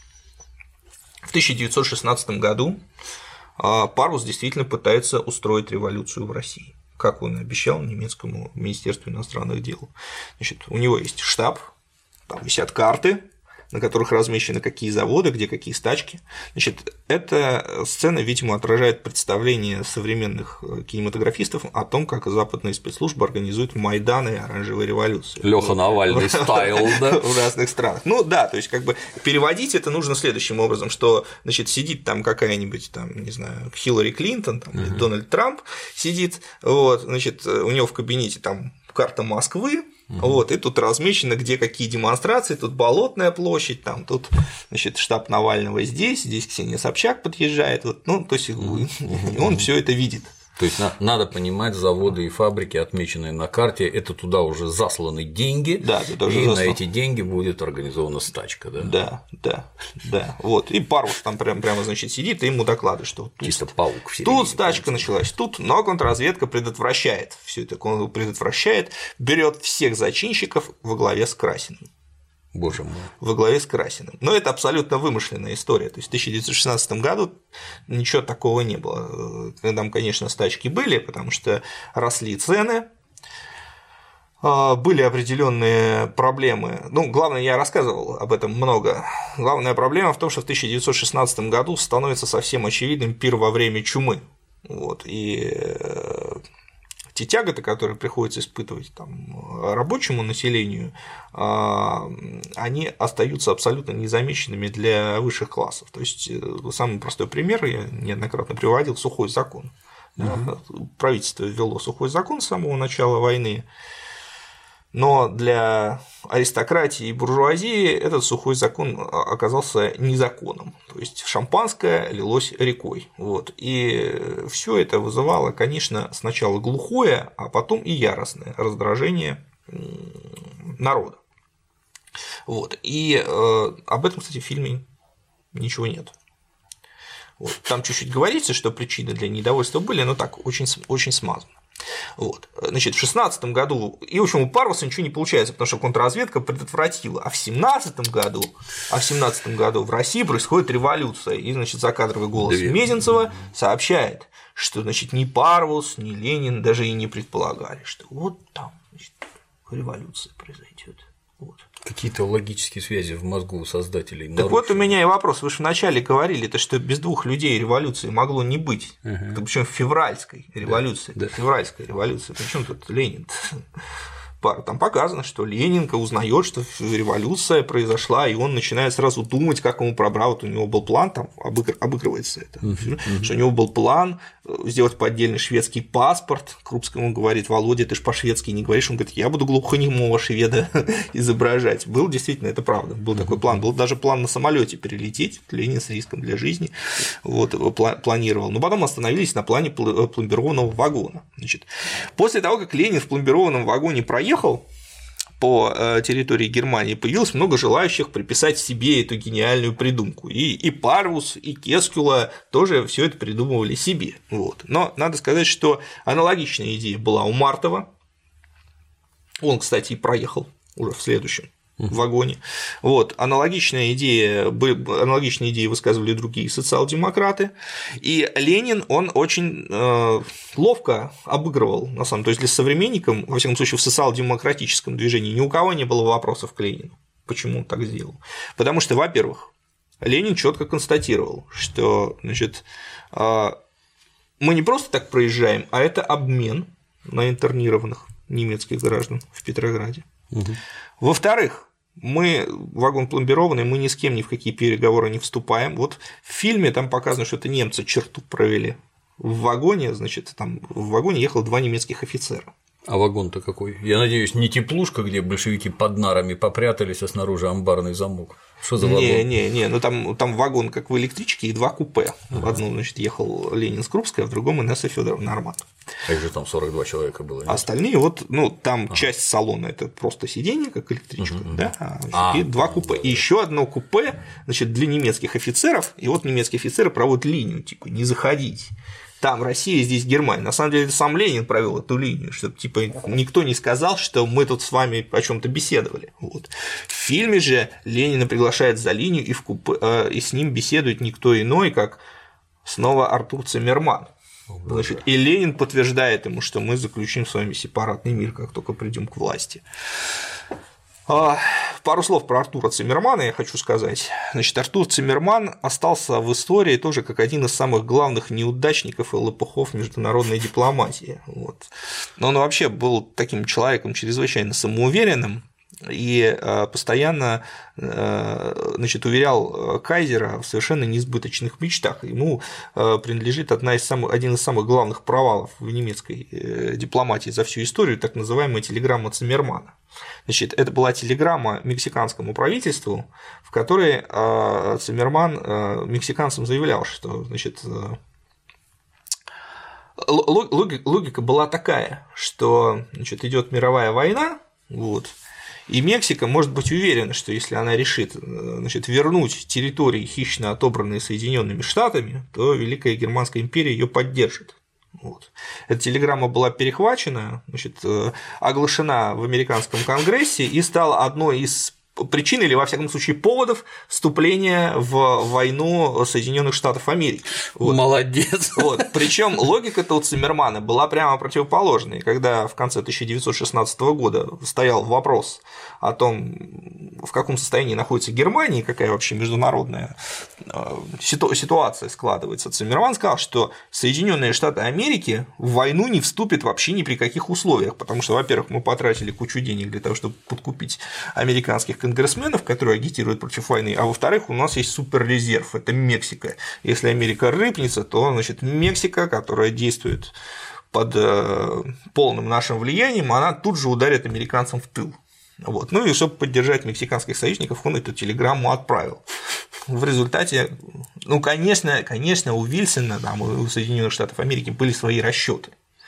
в тысяча девятьсот шестнадцатом году Парвус действительно пытается устроить революцию в России, как он обещал немецкому министерству иностранных дел. Значит, у него есть штаб, там висят карты, на которых размещены какие заводы, где какие стачки. Значит, эта сцена, видимо, отражает представление современных кинематографистов о том, как западные спецслужбы организуют Майданы и оранжевые революции. Лёха Навальный стайл, да? В разных странах. Ну да, то есть как бы переводить это нужно следующим образом, что, значит, сидит там какая-нибудь, там, не знаю, Хиллари Клинтон там, или Дональд Трамп сидит, вот, значит, у него в кабинете там карта Москвы. Uh-huh. Вот, и тут размечено, где какие демонстрации, тут Болотная площадь, там, тут, значит, штаб Навального здесь, здесь Ксения Собчак подъезжает, вот, ну, то есть uh-huh. он все это видит. То есть надо понимать, заводы и фабрики, отмеченные на карте, это туда уже засланы деньги, да, это уже и заслан. На эти деньги будет организована стачка, да? Да, да, да. Вот. И Парвус там прямо, прямо значит, сидит и ему докладывает, что чисто паук в середине, тут стачка началась, тут, но контрразведка предотвращает все это, предотвращает, берет всех зачинщиков во главе с Красиным. Боже мой. Во главе с Красиным. Но это абсолютно вымышленная история. То есть в тысяча девятьсот шестнадцатом году ничего такого не было. Там, конечно, стачки были, потому что росли цены, были определенные проблемы. Ну, главное, я рассказывал об этом много. Главная проблема в том, что в тысяча девятьсот шестнадцатом году становится совсем очевидным пир во время чумы. Вот. И те тяготы, которые приходится испытывать там, рабочему населению, они остаются абсолютно незамеченными для высших классов. То есть самый простой пример, я неоднократно приводил, сухой закон. Uh-huh. Правительство ввело сухой закон с самого начала войны, но для аристократии и буржуазии этот сухой закон оказался незаконным. То есть шампанское лилось рекой. Вот. И все это вызывало, конечно, сначала глухое, а потом и яростное раздражение народа. Вот. И э, об этом, кстати, в фильме ничего нет. Вот. Там чуть-чуть говорится, что причины для недовольства были, но так очень, очень смазано. Вот. Значит, в шестнадцатом году, и, в общем, у Парвуса ничего не получается, потому что контрразведка предотвратила, а в семнадцатом году, а в семнадцатом году в России происходит революция, и, значит, закадровый голос Две. Мезенцева сообщает, что, значит, ни Парвус, ни Ленин даже и не предполагали, что вот там, значит, революция произойдет. Вот. Какие-то логические связи в мозгу у создателей. Так нарушены. Вот у меня и вопрос. Вы же вначале говорили, то, что без двух людей революции могло не быть. Uh-huh. Причем февральской революции. Да, да. Февральская революция. Причем тут Ленин? Там показано, что Ленинка узнает, что революция произошла, и он начинает сразу думать, как ему пробрал. Вот у него был план, там обыгрывается это, uh-huh, uh-huh. что у него был план сделать поддельный шведский паспорт. Крупскому говорит: Володя, ты ж по-шведски не говоришь. Он говорит: я буду глухонемого шведа изображать. Был действительно, это правда, был uh-huh. такой план. Был даже план на самолете перелететь. Ленин с риском для жизни вот, планировал. Но потом остановились на плане пломбированного вагона. Значит, после того, как Ленин в пломбированном вагоне проехал, по территории Германии, появилось много желающих приписать себе эту гениальную придумку. И, и Парвус, и Кескула тоже все это придумывали себе. Вот. Но надо сказать, что аналогичная идея была у Мартова. Он, кстати, и проехал уже в следующем в вагоне. Вот. Аналогичная идея, аналогичные идеи высказывали другие социал-демократы. И Ленин, он очень э, ловко обыгрывал, на самом деле, то есть для современников, во всяком случае, в социал-демократическом движении ни у кого не было вопросов к Ленину. Почему он так сделал? Потому что, во-первых, Ленин четко констатировал, что, значит, э, мы не просто так проезжаем, а это обмен на интернированных немецких граждан в Петрограде. Угу. Во-вторых, мы вагон пломбированный, мы ни с кем ни в какие переговоры не вступаем. Вот в фильме там показано, что это немцы черту провели. В вагоне, значит, там в вагоне ехало два немецких офицера. А вагон-то какой? Я надеюсь, не теплушка, где большевики под нарами попрятались, а снаружи амбарный замок. Что за вагон? Не, не, не, ну там, там вагон как в электричке и два купе. В одном, значит, ехал Ленин с Крупской, а в другом Инесса Фёдоровна Армат. Как же там сорок два человека было? Нет? Остальные вот, ну, там ага. часть салона это просто сиденье, как электричка, угу, да, а, а, и два купе. Да, и еще одно купе, значит, для немецких офицеров, и вот немецкие офицеры проводят линию, типа, не заходить. Там Россия, здесь Германия. На самом деле, сам Ленин провел эту линию, чтобы типа никто не сказал, что мы тут с вами о чем-то беседовали. Вот. В фильме же Ленина приглашает за линию, и, в купе, э, и с ним беседует никто иной, как снова Артур Циммерман. Значит, и Ленин подтверждает ему, что мы заключим с вами сепаратный мир, как только придем к власти. Пару слов про Артура Циммермана я хочу сказать. Значит, Артур Циммерман остался в истории тоже как один из самых главных неудачников и лопухов международной дипломатии. Вот. Но он вообще был таким человеком чрезвычайно самоуверенным и постоянно, значит, уверял кайзера в совершенно неизбыточных мечтах. Ему принадлежит одна из самых, один из самых главных провалов в немецкой дипломатии за всю историю, так называемая телеграмма Циммермана. Значит, это была телеграмма мексиканскому правительству, в которой Циммерман мексиканцам заявлял, что, значит, логика была такая, что, значит, идет мировая война, вот, и Мексика может быть уверена, что если она решит, значит, вернуть территории, хищно отобранные Соединенными Штатами, то Великая Германская империя ее поддержит. Вот. Эта телеграмма была перехвачена, значит, оглашена в американском конгрессе и стала одной из причин или, во всяком случае, поводов вступления в войну Соединенных Штатов Америки. Вот. Молодец. Вот. Причем логика-то у Циммермана была прямо противоположной. Когда в конце тысяча девятьсот шестнадцатого года стоял вопрос о том, в каком состоянии находится Германия и какая вообще международная ситуация складывается, Циммерман сказал, что Соединенные Штаты Америки в войну не вступят вообще ни при каких условиях, потому что, во-первых, мы потратили кучу денег для того, чтобы подкупить американских конгрессменов, которые агитируют против войны, а во-вторых, у нас есть суперрезерв – это Мексика. Если Америка рыпнется, то, значит, Мексика, которая действует под полным нашим влиянием, она тут же ударит американцам в тыл. Вот. Ну и чтобы поддержать мексиканских союзников, он эту телеграмму отправил. В результате, ну, конечно, конечно, у Вильсона, там, у Соединенных Штатов Америки были свои расчеты.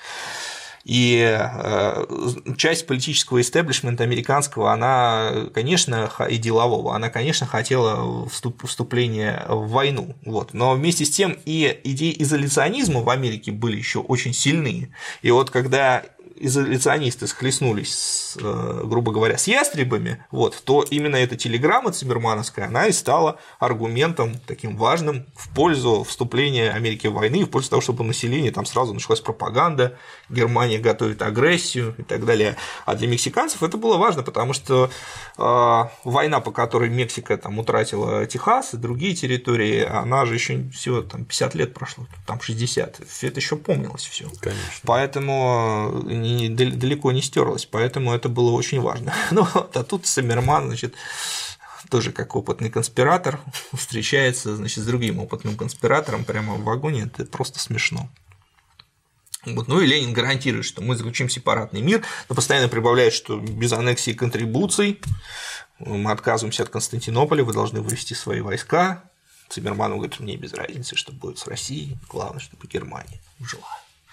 И часть политического истеблишмента американского, она, конечно, и делового, она, конечно, хотела вступления в войну. Вот. Но вместе с тем и идеи изоляционизма в Америке были еще очень сильные. И вот когда изоляционисты схлестнулись, с, грубо говоря, с ястребами, вот, то именно эта телеграмма циммермановская, она и стала аргументом таким важным в пользу вступления Америки в войну, в пользу того, чтобы у населения там сразу началась пропаганда, Германия готовит агрессию и так далее. А для мексиканцев это было важно, потому что э, война, по которой Мексика там утратила Техас и другие территории, она же еще всего там пятьдесят лет прошло, там шестьдесят, это еще помнилось все. Конечно. Поэтому далеко не стерлось, поэтому это было очень важно. Ну, а тут Циммерман, значит, тоже как опытный конспиратор, встречается, значит, с другим опытным конспиратором прямо в вагоне, это просто смешно. Вот. Ну и Ленин гарантирует, что мы заключим сепаратный мир, но постоянно прибавляет, что без аннексии и контрибуций мы отказываемся от Константинополя, вы должны вывести свои войска. Циммерман говорит, мне без разницы, что будет с Россией, главное, чтобы Германия жила.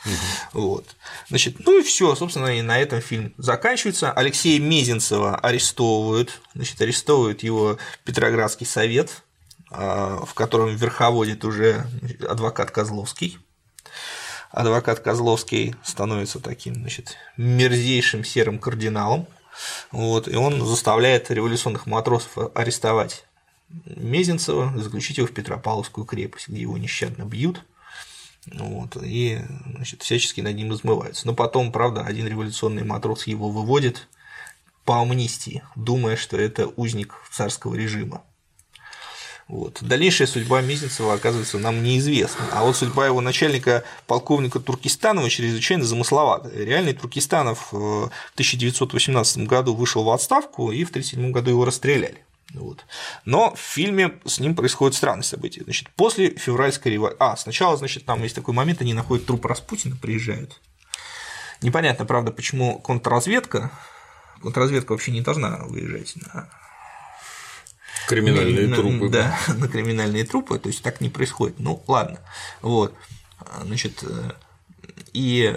Угу. Вот. Значит, ну и все, собственно, и на этом фильм заканчивается. Алексея Мезенцева арестовывают, значит, арестовывает его Петроградский совет, в котором верховодит уже адвокат Козловский. Адвокат Козловский становится таким, значит, мерзейшим серым кардиналом, вот, и он заставляет революционных матросов арестовать Мезенцева, заключить его в Петропавловскую крепость, где его нещадно бьют, вот, и, значит, всячески над ним измываются. Но потом, правда, один революционный матрос его выводит по амнистии, думая, что это узник царского режима. Вот. Дальнейшая судьба Мезенцева, оказывается, нам неизвестна. А вот судьба его начальника, полковника Туркестанова, чрезвычайно замысловата. Реальный Туркестанов в тысяча девятьсот восемнадцатом году вышел в отставку, и в тысяча девятьсот тридцать седьмом году его расстреляли. Вот. Но в фильме с ним происходят странные события. Значит, после февральской революции. А, сначала, значит, там есть такой момент, они находят труп Распутина, приезжают. Непонятно, правда, почему контрразведка. Контрразведка вообще не должна выезжать на. Криминальные на, трупы. Да, на криминальные трупы, то есть так не происходит. Ну, ладно. Вот. Значит, и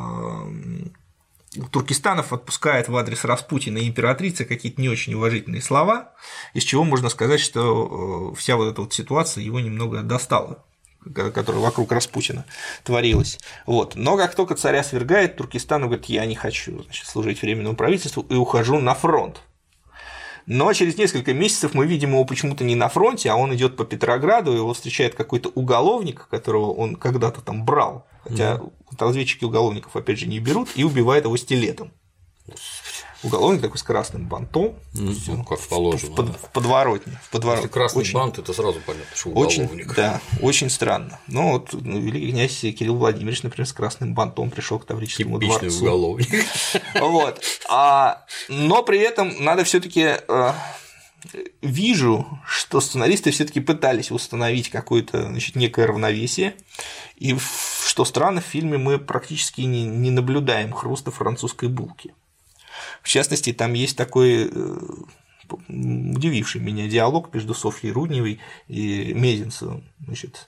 Туркестанов отпускает в адрес Распутина и императрицы какие-то не очень уважительные слова, из чего можно сказать, что вся вот эта вот ситуация его немного достала, которая вокруг Распутина творилась. Вот. Но как только царя свергает, Туркестанов говорит: я не хочу, значит, служить временному правительству и ухожу на фронт. Но через несколько месяцев мы видим его почему-то не на фронте, а он идет по Петрограду, его встречает какой-то уголовник, которого он когда-то там брал, хотя mm-hmm. разведчики уголовников, опять же, не берут, и убивает его стилетом. Уголовник такой с красным бантом, mm-hmm. ну, как положено, в, под, да. в подворотне. В подворотне. Если красный очень, бант, это сразу понятно, что уголовник. Очень, да, очень странно. Ну, вот ну, великий князь Кирилл Владимирович, например, с красным бантом пришел к Таврическому дворцу. Типичный уголовник. Вот. А, но при этом надо все-таки э, вижу, что сценаристы все-таки пытались установить какое-то, значит, некое равновесие, и что странно, в фильме мы практически не, не наблюдаем хруста французской булки. В частности, там есть такой э, удививший меня диалог между Софьей Рудневой и Мезенцевым. Значит,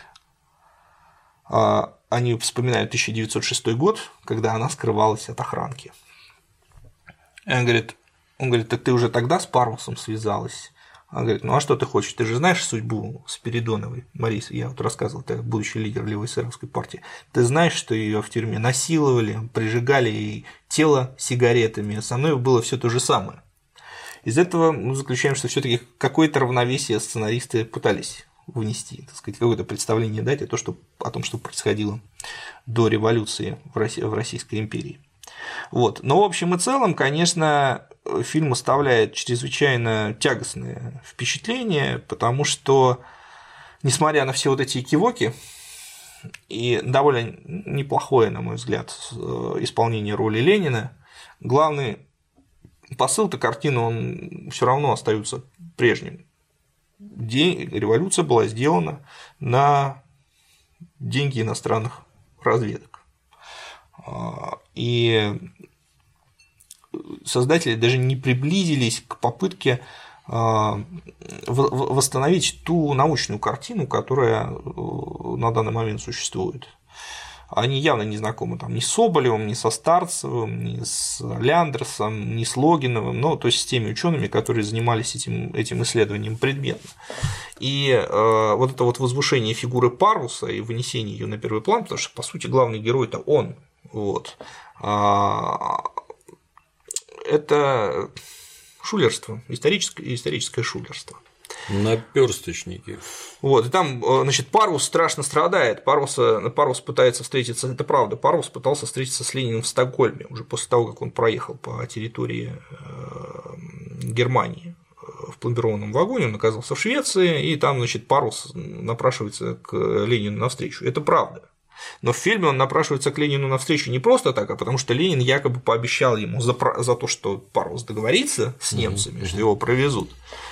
они вспоминают тысяча девятьсот шестой год, когда она скрывалась от охранки. И он говорит, он говорит: так ты уже тогда с Парусом связалась? Она говорит: ну а что ты хочешь? Ты же знаешь судьбу Спиридоновой, Марис, я вот рассказывал, ты будущий лидер левой эсеровской партии. Ты знаешь, что ее в тюрьме насиловали, прижигали ей тело сигаретами, со мной было все то же самое. Из этого мы заключаем, что все-таки какое-то равновесие сценаристы пытались внести, так сказать, какое-то представление дать о, том, что, о том, что происходило до революции в, России, в Российской империи. Вот. Но в общем и целом, конечно, фильм оставляет чрезвычайно тягостное впечатление, потому что, несмотря на все вот эти экивоки и довольно неплохое, на мой взгляд, исполнение роли Ленина, главный посыл-то картины, он все равно остается прежним. День, революция была сделана на деньги иностранных разведок. И создатели даже не приблизились к попытке восстановить ту научную картину, которая на данный момент существует. Они явно не знакомы там ни с Соболевым, ни со Старцевым, ни с Ляндерсом, ни с Логиновым, ну, то есть с теми учеными, которые занимались этим, этим исследованием предметно. И э, вот это вот возвышение фигуры Паруса и вынесение ее на первый план, потому что, по сути, главный герой-то он. Вот. А, это шулерство, историческое, историческое шулерство. Наперсточники. Вот, и там, значит, Парус страшно страдает. Парус, Парус пытается встретиться, это правда, Парус пытался встретиться с Лениным в Стокгольме уже после того, как он проехал по территории Германии в пломбированном вагоне, он оказался в Швеции, и там, значит, Парус напрашивается к Ленину навстречу. Это правда. Но в фильме он напрашивается к Ленину навстречу не просто так, а потому что Ленин якобы пообещал ему за, за то, что Парус договорится с немцами, mm-hmm. что его провезут.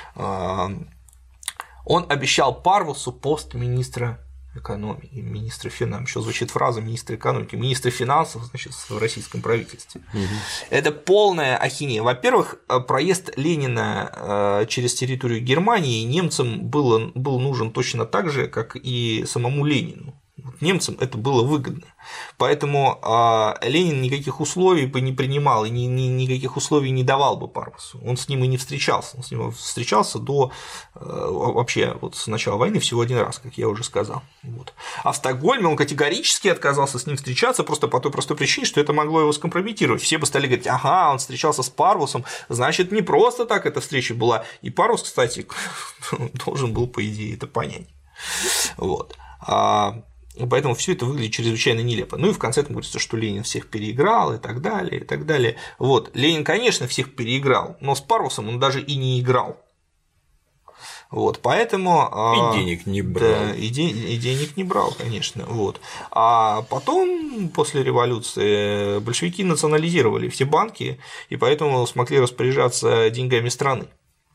Он обещал Парусу пост министра экономики, министра финансов, еще звучит фраза министра экономики, министра финансов, значит, в российском правительстве. Угу. Это полная ахинея. Во-первых, проезд Ленина через территорию Германии немцам был, был нужен точно так же, как и самому Ленину. немцам это было выгодно. Поэтому а, Ленин никаких условий бы не принимал и ни, ни, никаких условий не давал бы Парвусу. Он с ним и не встречался. Он с ним встречался до вообще вот с начала войны всего один раз, как я уже сказал. Вот. А в Стокгольме он категорически отказался с ним встречаться просто по той простой причине, что это могло его скомпрометировать. Все бы стали говорить: ага, он встречался с Парвусом, значит, не просто так эта встреча была. И Парвус, кстати, должен был, по идее, это понять. Вот. Поэтому все это выглядит чрезвычайно нелепо. Ну и в конце там говорится, что Ленин всех переиграл и так далее, и так далее. Вот. Ленин, конечно, всех переиграл, но с Парвусом он даже и не играл. Вот, поэтому… И денег не брал. Да, и, де, и денег не брал, конечно. Вот. А потом, после революции, большевики национализировали все банки, и поэтому смогли распоряжаться деньгами страны.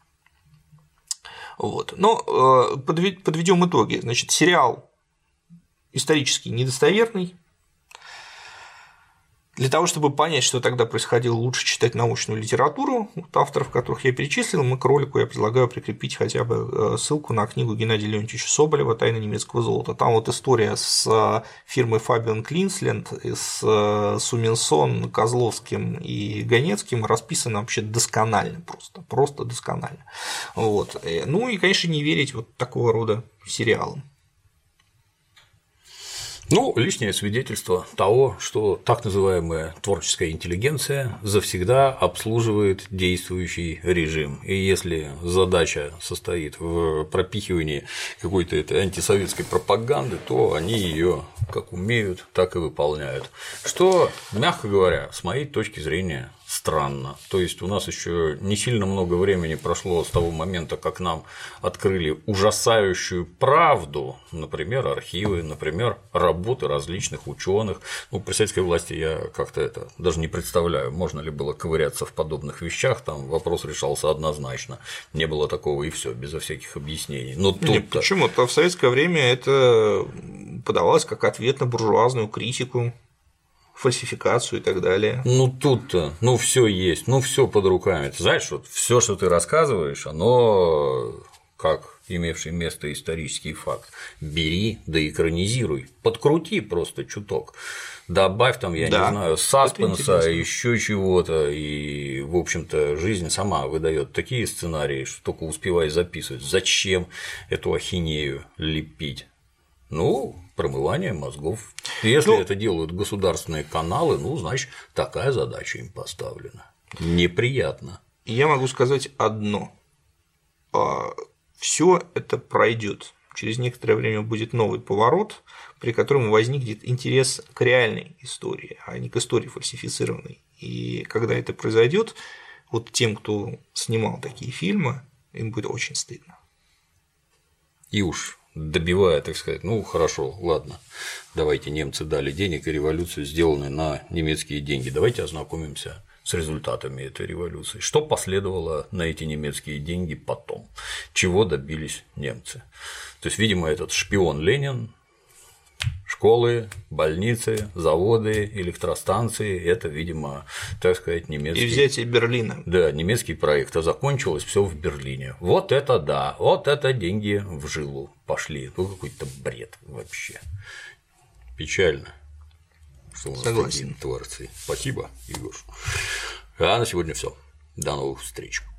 Вот. Но подведем итоги. Значит, сериал исторически недостоверный. Для того, чтобы понять, что тогда происходило, лучше читать научную литературу, вот авторов, которых я перечислил. Мы к ролику я предлагаю прикрепить хотя бы ссылку на книгу Геннадия Леонтьевича Соболева «Тайны немецкого золота». Там вот история с фирмой Fabian Клинсленд, с Суминсон, Козловским и Ганецким расписана вообще досконально, просто, просто досконально. Вот. Ну и, конечно, не верить вот такого рода сериалам. Ну, лишнее свидетельство того, что так называемая творческая интеллигенция завсегда обслуживает действующий режим. И если задача состоит в пропихивании какой-то этой антисоветской пропаганды, то они ее как умеют, так и выполняют. Что, мягко говоря, с моей точки зрения, странно. То есть у нас еще не сильно много времени прошло с того момента, как нам открыли ужасающую правду, например, архивы, например, работы различных ученых. Ну, при советской власти я как-то это даже не представляю, можно ли было ковыряться в подобных вещах, там вопрос решался однозначно. Не было такого и все, безо всяких объяснений. Но тут почему-то в советское время это подавалось как ответ на буржуазную критику, фальсификацию и так далее. Ну тут-то, ну все есть, ну все под руками. Ты знаешь, вот все, что ты рассказываешь, оно как имевший место исторический факт. Бери, да экранизируй, подкрути просто чуток. Добавь там, я да, не знаю, саспенса, еще чего-то, и, в общем-то, жизнь сама выдает такие сценарии, что только успевай записывать. Зачем эту ахинею лепить? Ну, промывание мозгов. Если ну, это делают государственные каналы, ну, значит, такая задача им поставлена. Неприятно. Я могу сказать одно. Все это пройдет. Через некоторое время будет новый поворот, при котором возникнет интерес к реальной истории, а не к истории фальсифицированной. И когда это произойдет, вот тем, кто снимал такие фильмы, им будет очень стыдно. И уж добивая, так сказать, ну хорошо, ладно, давайте, немцы дали денег, и революция сделана на немецкие деньги, давайте ознакомимся с результатами этой революции. Что последовало на эти немецкие деньги потом? Чего добились немцы? То есть, видимо, этот шпион Ленин, школы, больницы, заводы, электростанции – это, видимо, так сказать, немецкий… И взятие Берлина. Да, немецкий проект, а закончилось все в Берлине. Вот это да, вот это деньги в жилу пошли. Ну, какой-то бред вообще. Печально, что у нас Согласен. такие творцы. Спасибо, Егор. А на сегодня все. До новых встреч.